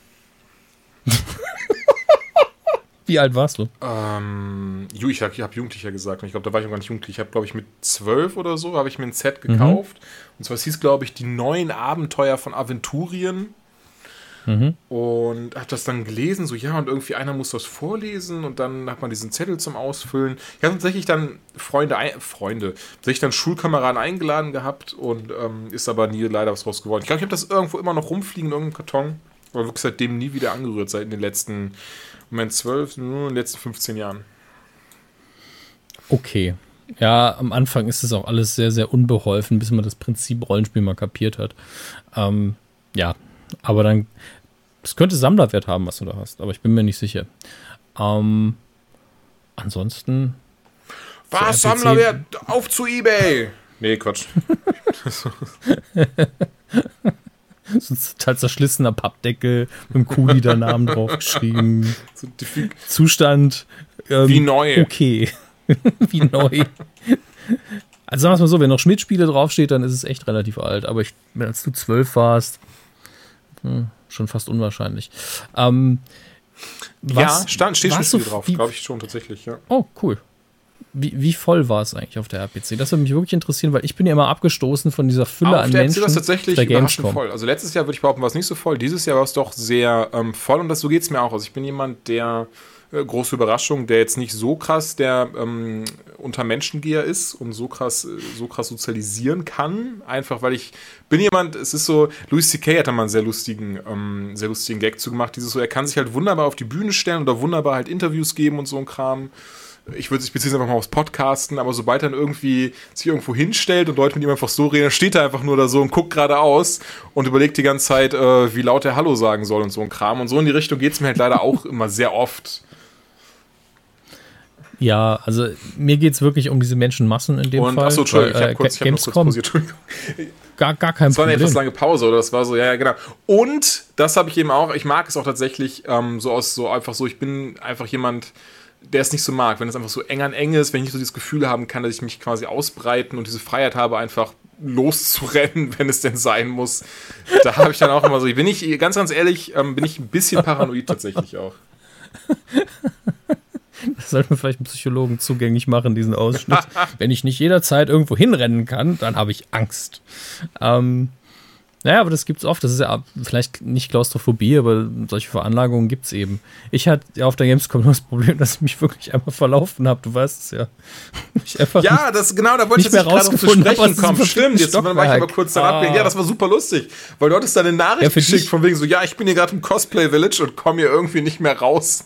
S3: Wie alt warst du?
S2: Ähm, Ju, ich habe hab Jugendlicher gesagt. Ich glaube, da war ich noch gar nicht jugendlich. Ich habe, glaube ich, mit zwölf oder so habe ich mir ein Set gekauft. Mhm. Und zwar, es hieß, glaube ich, die neuen Abenteuer von Aventurien.
S3: Mhm.
S2: Und habe das dann gelesen, so ja, und irgendwie einer muss das vorlesen und dann hat man diesen Zettel zum Ausfüllen. Ich habe tatsächlich dann Freunde, Freunde, tatsächlich dann Schulkameraden eingeladen gehabt und ähm, ist aber nie leider was draus geworden. Ich glaube, ich habe das irgendwo immer noch rumfliegen in irgendeinem Karton, aber wirklich seitdem nie wieder angerührt, seit in den letzten, Moment, zwölf, nur in den letzten fünfzehn Jahren.
S3: Okay. Ja, am Anfang ist es auch alles sehr, sehr unbeholfen, bis man das Prinzip Rollenspiel mal kapiert hat. Ähm, ja, aber dann, es könnte Sammlerwert haben, was du da hast, aber ich bin mir nicht sicher. Ähm, ansonsten.
S2: Was, Sammlerwert? Auf zu eBay! Nee, Quatsch.
S3: So ein total zerschlissener Pappdeckel mit einem Kuli-Namen drauf geschrieben.
S2: So diffi-
S3: Zustand. Ähm,
S2: Wie neu.
S3: Okay. Wie neu. Also sagen wir es mal so, wenn noch Schmidt-Spiele draufsteht, dann ist es echt relativ alt. Aber ich, als du zwölf warst, hm, schon fast unwahrscheinlich. Ähm, was,
S2: ja, stand, steht schon
S3: so
S2: viel drauf, glaube ich schon tatsächlich, ja.
S3: Oh, cool. Wie, wie voll war es eigentlich auf der R P C? Das würde mich wirklich interessieren, weil ich bin ja immer abgestoßen von dieser Fülle
S2: auf
S3: an
S2: der
S3: Menschen.
S2: Auf der R P C war es tatsächlich
S3: der
S2: überraschend
S3: Gamescom.
S2: voll. Also letztes Jahr würde ich behaupten, war es nicht so voll. Dieses Jahr war es doch sehr ähm, voll und das, so geht es mir auch. Also ich bin jemand, der, äh, große Überraschung, der jetzt nicht so krass der ähm, unter Menschengeher ist und so krass, so krass sozialisieren kann. Einfach, weil ich bin jemand, es ist so, Louis C K hat da mal einen sehr lustigen, ähm, sehr lustigen Gag zu gemacht. Dieses so, er kann sich halt wunderbar auf die Bühne stellen oder wunderbar halt Interviews geben und so ein Kram. Ich würde sich beziehen einfach mal aufs Podcasten, aber sobald er dann irgendwie sich irgendwo hinstellt und Leute mit ihm einfach so reden, dann steht er einfach nur da so und guckt geradeaus und überlegt die ganze Zeit, äh, wie laut er Hallo sagen soll und so ein Kram. Und so in die Richtung geht es mir halt leider auch immer sehr oft.
S3: Ja, also mir geht es wirklich um diese Menschenmassen in dem
S2: und,
S3: Fall.
S2: Achso, Entschuldigung,
S3: weil,
S2: ich habe kurz, ich hab noch kurz
S3: Gamescom,
S2: pausiert, Entschuldigung.
S3: gar, gar kein
S2: Das war eine
S3: Problem.
S2: etwas lange Pause, oder? Das war so, ja, ja, genau. Und das habe ich eben auch, ich mag es auch tatsächlich ähm, so aus, so einfach so, ich bin einfach jemand, der es nicht so mag, wenn es einfach so eng an eng ist, wenn ich nicht so dieses Gefühl haben kann, dass ich mich quasi ausbreiten und diese Freiheit habe, einfach loszurennen, wenn es denn sein muss. Da habe ich dann auch immer so, bin ich, ganz, ganz ehrlich, ähm, bin ich ein bisschen paranoid tatsächlich auch.
S3: Das sollten wir vielleicht einem Psychologen zugänglich machen, diesen Ausschnitt. Wenn ich nicht jederzeit irgendwo hinrennen kann, dann habe ich Angst. Ähm, Naja, aber das gibt's oft. Das ist ja vielleicht nicht Klaustrophobie, aber solche Veranlagungen gibt's eben. Ich hatte ja auf der Gamescom nur das Problem, dass ich mich wirklich einmal verlaufen habe. Du weißt es ja. Ich einfach
S2: ja,
S3: nicht,
S2: das genau, da wollte ich jetzt gerade auf zu sprechen kommen. Stimmt, jetzt war ich aber kurz da abgehen. Ja, das war super lustig, weil du hattest da eine Nachricht ja, geschickt von wegen so, ja, ich bin hier gerade im Cosplay Village und komme hier irgendwie nicht mehr raus.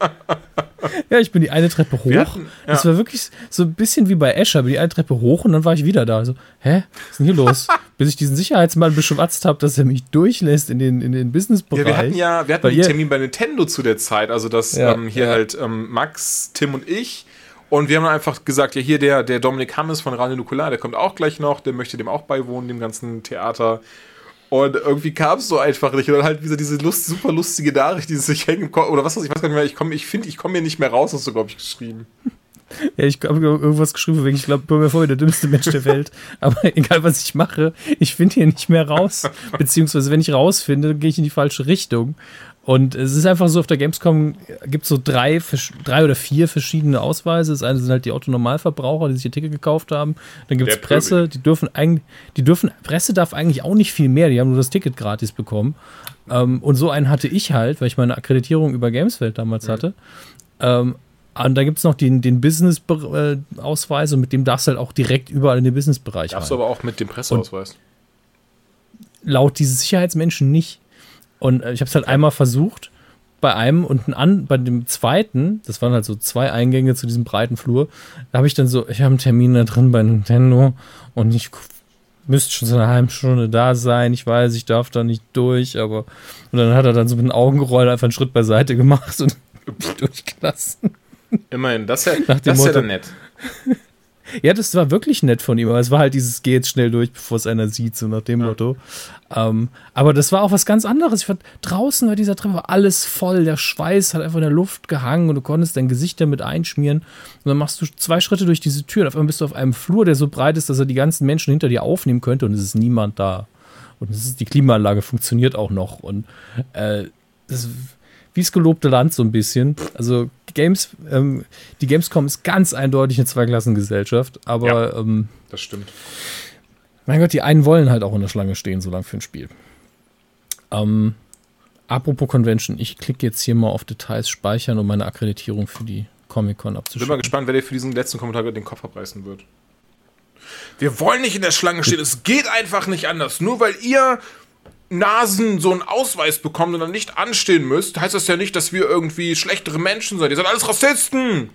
S3: Ja, ich bin die eine Treppe hoch. Hatten, ja. Das war wirklich so ein bisschen wie bei Escher, bin die eine Treppe hoch und dann war ich wieder da. So, hä? Was ist denn hier los? Bis ich diesen Sicherheitsmann beschwatzt habe, dass er mich durchlässt in den, in den Businessbereich.
S2: Ja, wir hatten ja, wir hatten einen Termin bei Nintendo zu der Zeit, also dass ja, ähm, hier ja. halt ähm, Max, Tim und ich, und wir haben dann einfach gesagt, ja, hier der, der Dominik Hammes von Radio Nukular, der kommt auch gleich noch, der möchte dem auch beiwohnen, dem ganzen Theater. Und irgendwie kam es so einfach nicht. Und dann halt wieder diese Lust, super lustige Nachricht, die sich hängen, oder was weiß ich, weiß gar nicht mehr, ich komme, ich finde, ich komme hier nicht mehr raus, hast du, glaube ich, geschrieben.
S3: Ja, ich habe irgendwas geschrieben, wegen ich glaube, ich bin mir vor, der dümmste Mensch der Welt. Aber egal, was ich mache, ich finde hier nicht mehr raus. Beziehungsweise, wenn ich rausfinde, gehe ich in die falsche Richtung. Und es ist einfach so, auf der Gamescom gibt es so drei, drei oder vier verschiedene Ausweise. Das eine sind halt die Autonormalverbraucher, die sich ihr Ticket gekauft haben. Dann gibt es Presse, die dürfen eigentlich, die dürfen, Presse darf eigentlich auch nicht viel mehr, die haben nur das Ticket gratis bekommen. Ähm, und so einen hatte ich halt, weil ich meine Akkreditierung über Gameswelt damals mhm. hatte. Ähm, und da gibt es noch den, den Business-Ausweis und mit dem darfst du halt auch direkt überall in den Business-Bereich rein.
S2: Darfst du aber auch mit dem Presseausweis?
S3: Und laut dieses Sicherheitsmenschen nicht. Und ich habe es halt einmal versucht, bei einem und an, bei dem zweiten, das waren halt so zwei Eingänge zu diesem breiten Flur, da habe ich dann so, ich habe einen Termin da drin bei Nintendo und ich müsste schon so eine halbe Stunde da sein, ich weiß, ich darf da nicht durch, aber und dann hat er dann so mit den Augenrollen einfach einen Schritt beiseite gemacht und mich durchgelassen.
S2: Immerhin, das ist ja, das ist ja dann nett.
S3: Ja, das war wirklich nett von ihm, aber es war halt dieses, geh jetzt schnell durch, bevor es einer sieht, so nach dem ja. Motto. Ähm, aber das war auch was ganz anderes. Ich fand, draußen bei dieser Treppe war alles voll, der Schweiß hat einfach in der Luft gehangen und du konntest dein Gesicht damit einschmieren und dann machst du zwei Schritte durch diese Tür und auf einmal bist du auf einem Flur, der so breit ist, dass er die ganzen Menschen hinter dir aufnehmen könnte und es ist niemand da. Und es ist, die Klimaanlage funktioniert auch noch und äh, das wie das gelobte Land so ein bisschen. Also Games, ähm, die Gamescom ist ganz eindeutig eine Zweiklassengesellschaft, aber
S2: ja,
S3: ähm,
S2: das stimmt.
S3: Mein Gott, die einen wollen halt auch in der Schlange stehen, so lange für ein Spiel. Ähm, apropos Convention, ich klicke jetzt hier mal auf Details speichern, um meine Akkreditierung für die Comic-Con abzuschicken.
S2: Ich bin mal gespannt, wer dir für diesen letzten Kommentar den Kopf abreißen wird. Wir wollen nicht in der Schlange stehen, es geht einfach nicht anders. Nur weil ihr Nasen so einen Ausweis bekommt und dann nicht anstehen müsst, heißt das ja nicht, dass wir irgendwie schlechtere Menschen sind. Ihr seid alles Rassisten!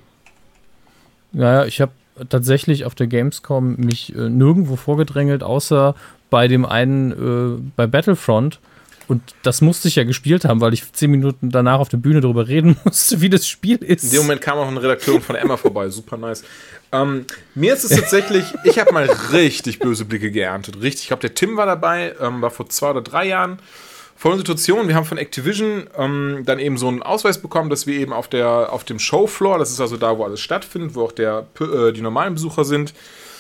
S3: Naja, ich habe tatsächlich auf der Gamescom mich äh, nirgendwo vorgedrängelt, außer bei dem einen, äh, bei Battlefront. Und das musste ich ja gespielt haben, weil ich zehn Minuten danach auf der Bühne darüber reden musste, wie das Spiel ist.
S2: In dem Moment kam auch eine Redakteurin von Emma vorbei, super nice. Ähm, mir ist es tatsächlich, ich habe mal richtig böse Blicke geerntet. Richtig, ich glaube, der Tim war dabei, ähm, war vor zwei oder drei Jahren. Folgende Situation, wir haben von Activision ähm, dann eben so einen Ausweis bekommen, dass wir eben auf, der, auf dem Showfloor, das ist also da, wo alles stattfindet, wo auch der, äh, die normalen Besucher sind,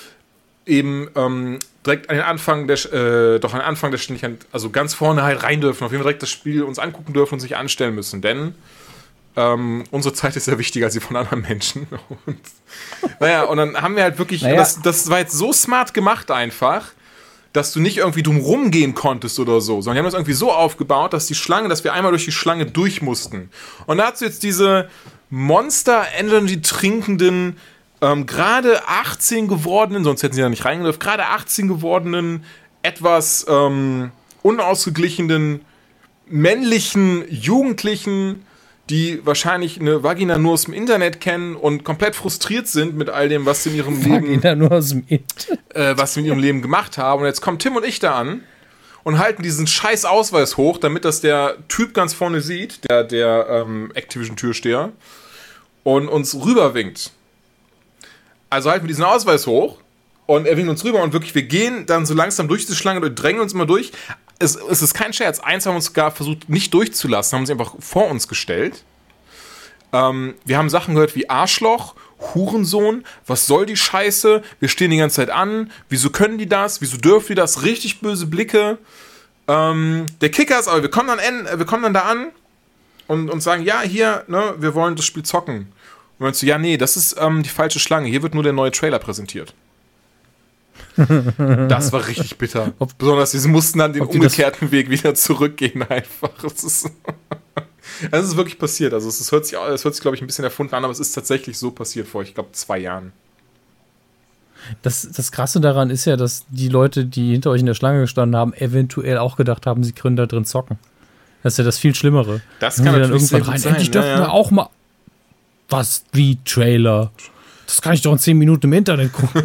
S2: eben ähm, direkt an den Anfang der, äh, doch an den Anfang der Stelle, also ganz vorne halt rein dürfen, auf jeden Fall direkt das Spiel uns angucken dürfen und sich anstellen müssen, denn ähm, unsere Zeit ist ja wichtiger als die von anderen Menschen. Und, naja, und dann haben wir halt wirklich, naja. das, das war jetzt so smart gemacht einfach, dass du nicht irgendwie drum rumgehen konntest oder so, sondern die haben das irgendwie so aufgebaut, dass die Schlange, dass wir einmal durch die Schlange durch mussten. Und da hast du jetzt diese Monster Energy trinkenden, ähm, gerade achtzehn gewordenen, sonst hätten sie da nicht reingedürft, gerade achtzehn gewordenen, etwas ähm, unausgeglichenen, männlichen Jugendlichen, die wahrscheinlich eine Vagina nur aus dem Internet kennen und komplett frustriert sind mit all dem, was sie in ihrem Vagina Leben
S3: Vagina nur aus dem Internet.
S2: Äh, was sie in ihrem Leben gemacht haben. Und jetzt kommen Tim und ich da an und halten diesen scheiß Ausweis hoch, damit das der Typ ganz vorne sieht, der, der ähm, Activision-Türsteher, und uns rüberwinkt. Also halten wir diesen Ausweis hoch und er winkt uns rüber und wirklich, wir gehen dann so langsam durch diese Schlange, drängen uns immer durch. Es, es ist kein Scherz. Eins haben wir uns gar versucht, nicht durchzulassen, haben uns einfach vor uns gestellt. Ähm, wir haben Sachen gehört wie Arschloch, Hurensohn, was soll die Scheiße? Wir stehen die ganze Zeit an. Wieso können die das? Wieso dürfen die das? Richtig böse Blicke. Ähm, der Kicker ist aber, wir kommen dann, en, wir kommen dann da an und, und sagen, ja, hier, ne, wir wollen das Spiel zocken. Und dann so, ja, nee, das ist ähm, die falsche Schlange. Hier wird nur der neue Trailer präsentiert. Das war richtig bitter. Ob, Besonders, sie mussten dann den umgekehrten Weg wieder zurückgehen einfach. Das ist, das ist wirklich passiert. Also es hört sich, es hört sich, glaube ich, ein bisschen erfunden an, aber es ist tatsächlich so passiert vor, ich glaube, zwei Jahren.
S3: Das, das Krasse daran ist ja, dass die Leute, die hinter euch in der Schlange gestanden haben, eventuell auch gedacht haben, sie können da drin zocken. Das ist ja das viel Schlimmere.
S2: Das kann natürlich dann irgendwann rein. Sein.
S3: Endlich dürfen ja, ja. wir auch mal... Was? Wie Trailer? Das kann ich doch in zehn Minuten im Internet gucken.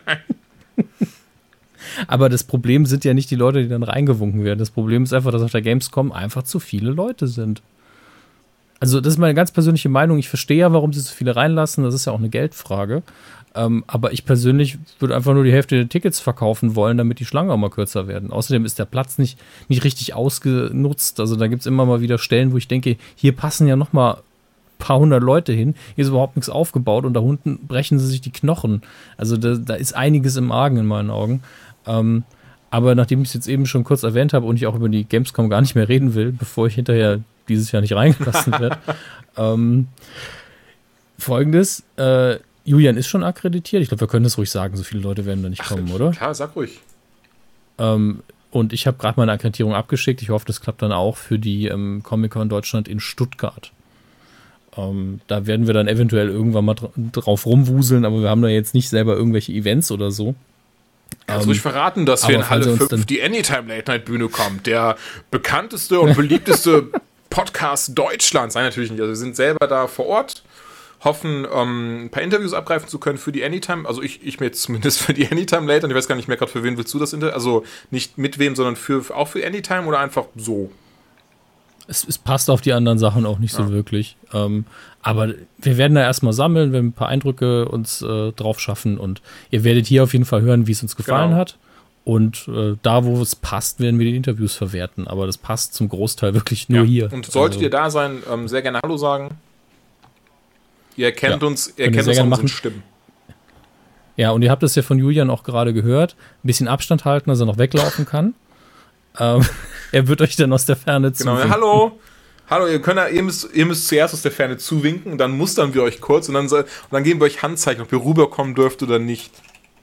S3: Aber das Problem sind ja nicht die Leute, die dann reingewunken werden. Das Problem ist einfach, dass auf der Gamescom einfach zu viele Leute sind. Also das ist meine ganz persönliche Meinung. Ich verstehe ja, warum sie so viele reinlassen. Das ist ja auch eine Geldfrage. Ähm, aber ich persönlich würde einfach nur die Hälfte der Tickets verkaufen wollen, damit die Schlangen auch mal kürzer werden. Außerdem ist der Platz nicht, nicht richtig ausgenutzt. Also da gibt es immer mal wieder Stellen, wo ich denke, hier passen ja noch mal ein paar hundert Leute hin. Hier ist überhaupt nichts aufgebaut und da unten brechen sie sich die Knochen. Also da, da ist einiges im Argen in meinen Augen. Ähm, aber nachdem ich es jetzt eben schon kurz erwähnt habe und ich auch über die Gamescom gar nicht mehr reden will, bevor ich hinterher dieses Jahr nicht reingelassen werde, ähm, folgendes, äh, Julian ist schon akkreditiert. Ich glaube, wir können das ruhig sagen. So viele Leute werden da nicht kommen, Ach, oder?
S2: Klar, sag ruhig.
S3: Ähm, und ich habe gerade meine Akkreditierung abgeschickt. Ich hoffe, das klappt dann auch für die ähm, Comic-Con Deutschland in Stuttgart. Ähm, da werden wir dann eventuell irgendwann mal dra- drauf rumwuseln, aber wir haben da jetzt nicht selber irgendwelche Events oder so.
S2: Kannst du ruhig verraten, dass wir in Halle fünf die Anytime Late Night Bühne kommt. Der bekannteste und beliebteste Podcast Deutschlands. Nein, natürlich nicht. Also wir sind selber da vor Ort. Hoffen, ähm, ein paar Interviews abgreifen zu können für die Anytime, also ich, ich mir jetzt zumindest für die Anytime Later, und ich weiß gar nicht mehr gerade, für wen willst du das Interview, also nicht mit wem, sondern für, auch für Anytime oder einfach so?
S3: Es, es passt auf die anderen Sachen auch nicht ja. so wirklich, ähm, aber wir werden da erstmal sammeln, wenn wir ein paar Eindrücke uns äh, drauf schaffen und ihr werdet hier auf jeden Fall hören, wie es uns gefallen genau. hat und äh, da, wo es passt, werden wir die Interviews verwerten, aber das passt zum Großteil wirklich nur ja. hier.
S2: Und solltet also, ihr da sein, ähm, sehr gerne Hallo sagen. Ihr erkennt ja, uns, ihr erkennt uns an unseren Stimmen.
S3: Ja, und ihr habt es ja von Julian auch gerade gehört. Ein bisschen Abstand halten, dass er noch weglaufen kann. ähm, er wird euch dann aus der Ferne
S2: genau,
S3: zuwinken.
S2: Ja, hallo, hallo, ihr, könnt, ihr, müsst, ihr müsst zuerst aus der Ferne zuwinken und dann mustern wir euch kurz und dann, und dann geben wir euch Handzeichen, ob ihr rüberkommen dürft oder nicht.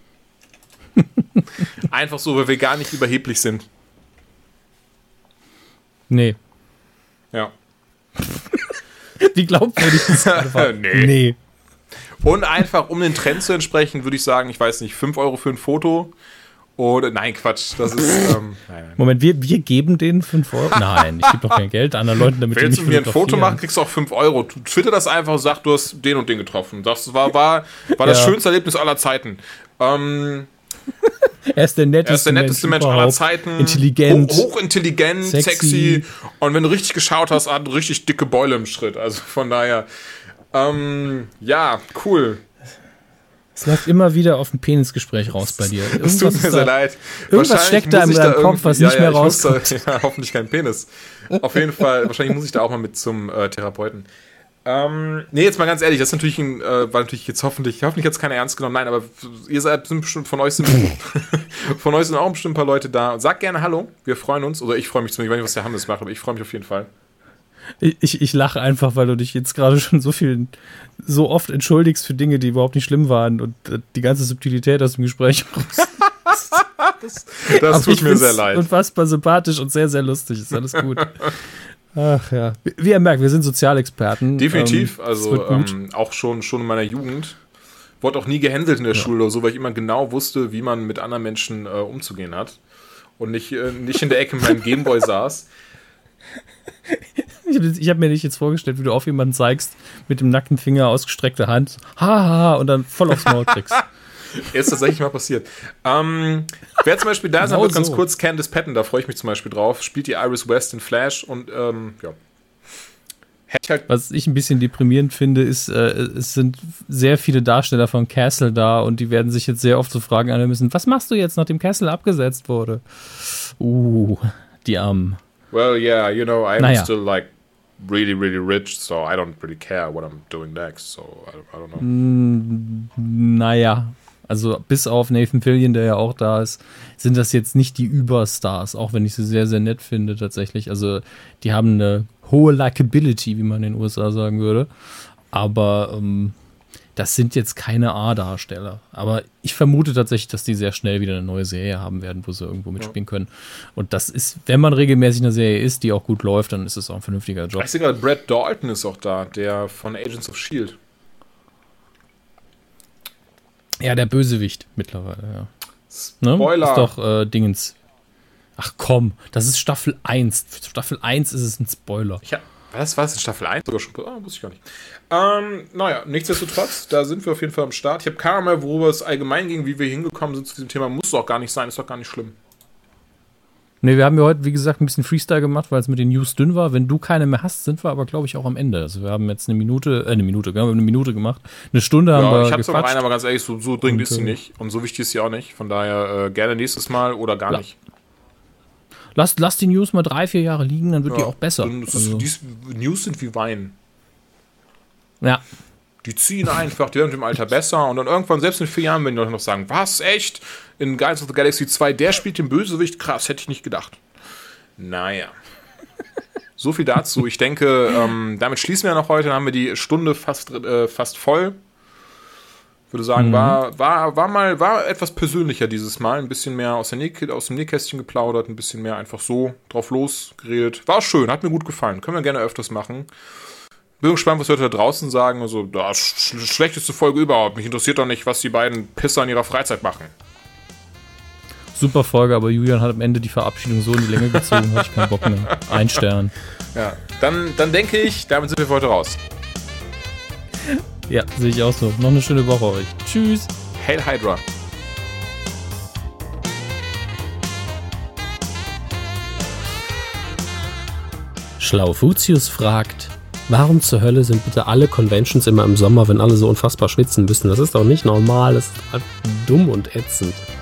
S2: Einfach so, weil wir gar nicht überheblich sind.
S3: Nee.
S2: Ja.
S3: Wie glaubwürdig ist das?
S2: nee. nee. Und einfach, um den Trend zu entsprechen, würde ich sagen, ich weiß nicht, fünf Euro für ein Foto. Oder, nein, Quatsch, das ist, ähm, nein, nein.
S3: Moment, wir, wir geben denen fünf Euro? Nein, ich gebe doch kein Geld anderen Leuten, damit
S2: Willst die nicht du mir ein Foto machen, kriegst du auch fünf Euro. Du twitter das einfach und sagst, du hast den und den getroffen. Das war, war, war das ja. schönste Erlebnis aller Zeiten. Ähm,
S3: Er ist der netteste,
S2: er ist der netteste Mensch, Mensch aller Zeiten.
S3: Intelligent.
S2: Hoch, hochintelligent, sexy. sexy. Und wenn du richtig geschaut hast, hat er richtig dicke Beule im Schritt. Also von daher, ähm, ja, cool.
S3: Es läuft immer wieder auf ein Penisgespräch raus bei dir.
S2: Es tut mir sehr leid.
S3: Irgendwas steckt da in deinem Kopf, was ja, nicht mehr ja, rauskommt.
S2: Da, ja, hoffentlich kein Penis. Auf jeden Fall, wahrscheinlich muss ich da auch mal mit zum äh, Therapeuten. Ähm, nee, jetzt mal ganz ehrlich, das ist natürlich ein, äh, war natürlich jetzt hoffentlich, hoffentlich jetzt keiner ernst genommen, nein, aber ihr seid sind bestimmt, von euch sind von euch sind auch bestimmt ein paar Leute da. Sagt gerne Hallo, wir freuen uns, oder ich freue mich zumindest, ich weiß nicht, was der Hannes macht, aber ich freue mich auf jeden Fall.
S3: Ich, ich lache einfach, weil du dich jetzt gerade schon so viel, so oft entschuldigst für Dinge, die überhaupt nicht schlimm waren und äh, die ganze Subtilität aus dem Gespräch brauchst.
S2: das das tut mir sehr leid.
S3: Unfassbar sympathisch und sehr, sehr lustig, ist alles gut. Ach ja. Wie ihr merkt, wir sind Sozialexperten.
S2: Definitiv, ähm, also ähm, auch schon, schon in meiner Jugend. Wurde auch nie gehänselt in der ja. Schule oder so, weil ich immer genau wusste, wie man mit anderen Menschen äh, umzugehen hat. Und nicht, äh, nicht in der Ecke mit meinem Gameboy saß.
S3: Ich habe hab mir nicht jetzt vorgestellt, wie du auf jemanden zeigst, mit dem nackten Finger, ausgestreckte Hand, haha, und dann voll aufs Maul kriegst.
S2: Ist tatsächlich mal passiert. Ähm, wer zum Beispiel da ist, genau wird so. Ganz kurz Candice Patton, da freue ich mich zum Beispiel drauf. Spielt die Iris West in Flash und ähm, ja.
S3: Ich halt Was ich ein bisschen deprimierend finde, ist, äh, es sind sehr viele Darsteller von Castle da und die werden sich jetzt sehr oft so Fragen anhören müssen, was machst du jetzt, nachdem Castle abgesetzt wurde? Uh, die Armen.
S2: Well, yeah, you know, I'm
S3: naja.
S2: still like really, really rich, so I don't really care what I'm doing next, so I, I don't know. Mm,
S3: naja. Also bis auf Nathan Fillion, der ja auch da ist, sind das jetzt nicht die Überstars, auch wenn ich sie sehr, sehr nett finde tatsächlich. Also die haben eine hohe Likability, wie man in den U S A sagen würde. Aber ähm, das sind jetzt keine A-Darsteller. Aber ich vermute tatsächlich, dass die sehr schnell wieder eine neue Serie haben werden, wo sie irgendwo mitspielen ja. können. Und das ist, wenn man regelmäßig eine Serie ist, die auch gut läuft, dann ist es auch ein vernünftiger Job.
S2: Ich sehe gerade, Brad Dalton ist auch da, der von Agents of S H I E L D.
S3: Ja, der Bösewicht mittlerweile, ja.
S2: Spoiler.
S3: Ne? Ist doch äh, Dingens. Ach komm, das ist Staffel eins. Für Staffel eins ist es ein Spoiler.
S2: Ja, was war das in Staffel eins? Sogar schon, oh, wusste ich gar nicht. Ähm, naja, nichtsdestotrotz, da sind wir auf jeden Fall am Start. Ich habe keine Ahnung mehr, worüber es allgemein ging, wie wir hingekommen sind zu diesem Thema. Muss doch gar nicht sein, ist doch gar nicht schlimm.
S3: Ne, wir haben ja heute, wie gesagt, ein bisschen Freestyle gemacht, weil es mit den News dünn war. Wenn du keine mehr hast, sind wir aber, glaube ich, auch am Ende. Also wir haben jetzt eine Minute, äh, eine Minute, wir haben eine Minute gemacht. Eine Stunde haben
S2: ja,
S3: wir
S2: ich hab's
S3: gequatscht.
S2: noch rein, aber ganz ehrlich, so, so dringend
S3: Und,
S2: ist sie
S3: äh,
S2: nicht. Und so wichtig ist sie auch nicht. Von daher äh, gerne nächstes Mal oder gar
S3: ja.
S2: nicht.
S3: Lass, lass die News mal drei, vier Jahre liegen, dann wird
S2: Ja.
S3: die auch besser.
S2: Und es
S3: Also,
S2: ist, die News sind wie Wein.
S3: ja.
S2: Die ziehen einfach, die werden mit dem Alter besser und dann irgendwann, selbst in vier Jahren, wenn die Leute noch sagen, was, echt? In Guardians of the Galaxy zwei, der spielt den Bösewicht? Krass, hätte ich nicht gedacht. Naja. So viel dazu. Ich denke, ähm, damit schließen wir noch heute. Dann haben wir die Stunde fast, äh, fast voll. Ich würde sagen, mhm. war, war, war mal war etwas persönlicher dieses Mal. Ein bisschen mehr aus, der Näh- aus dem Nähkästchen geplaudert, ein bisschen mehr einfach so drauf losgeredet. War schön, hat mir gut gefallen. Können wir gerne öfters machen. Bin gespannt, was Leute da draußen sagen. Also, das sch- schlechteste Folge überhaupt. Mich interessiert doch nicht, was die beiden Pisser in ihrer Freizeit machen.
S3: Super Folge, aber Julian hat am Ende die Verabschiedung so in die Länge gezogen, hatte ich keinen Bock mehr. Ein Stern.
S2: Ja, dann, dann denke ich, damit sind wir für heute raus.
S3: Ja, sehe ich auch so. Noch eine schöne Woche euch. Tschüss.
S2: Hail Hydra.
S4: Schlaufutius fragt, warum zur Hölle sind bitte alle Conventions immer im Sommer, wenn alle so unfassbar schwitzen müssen? Das ist doch nicht normal, das ist halt dumm und ätzend.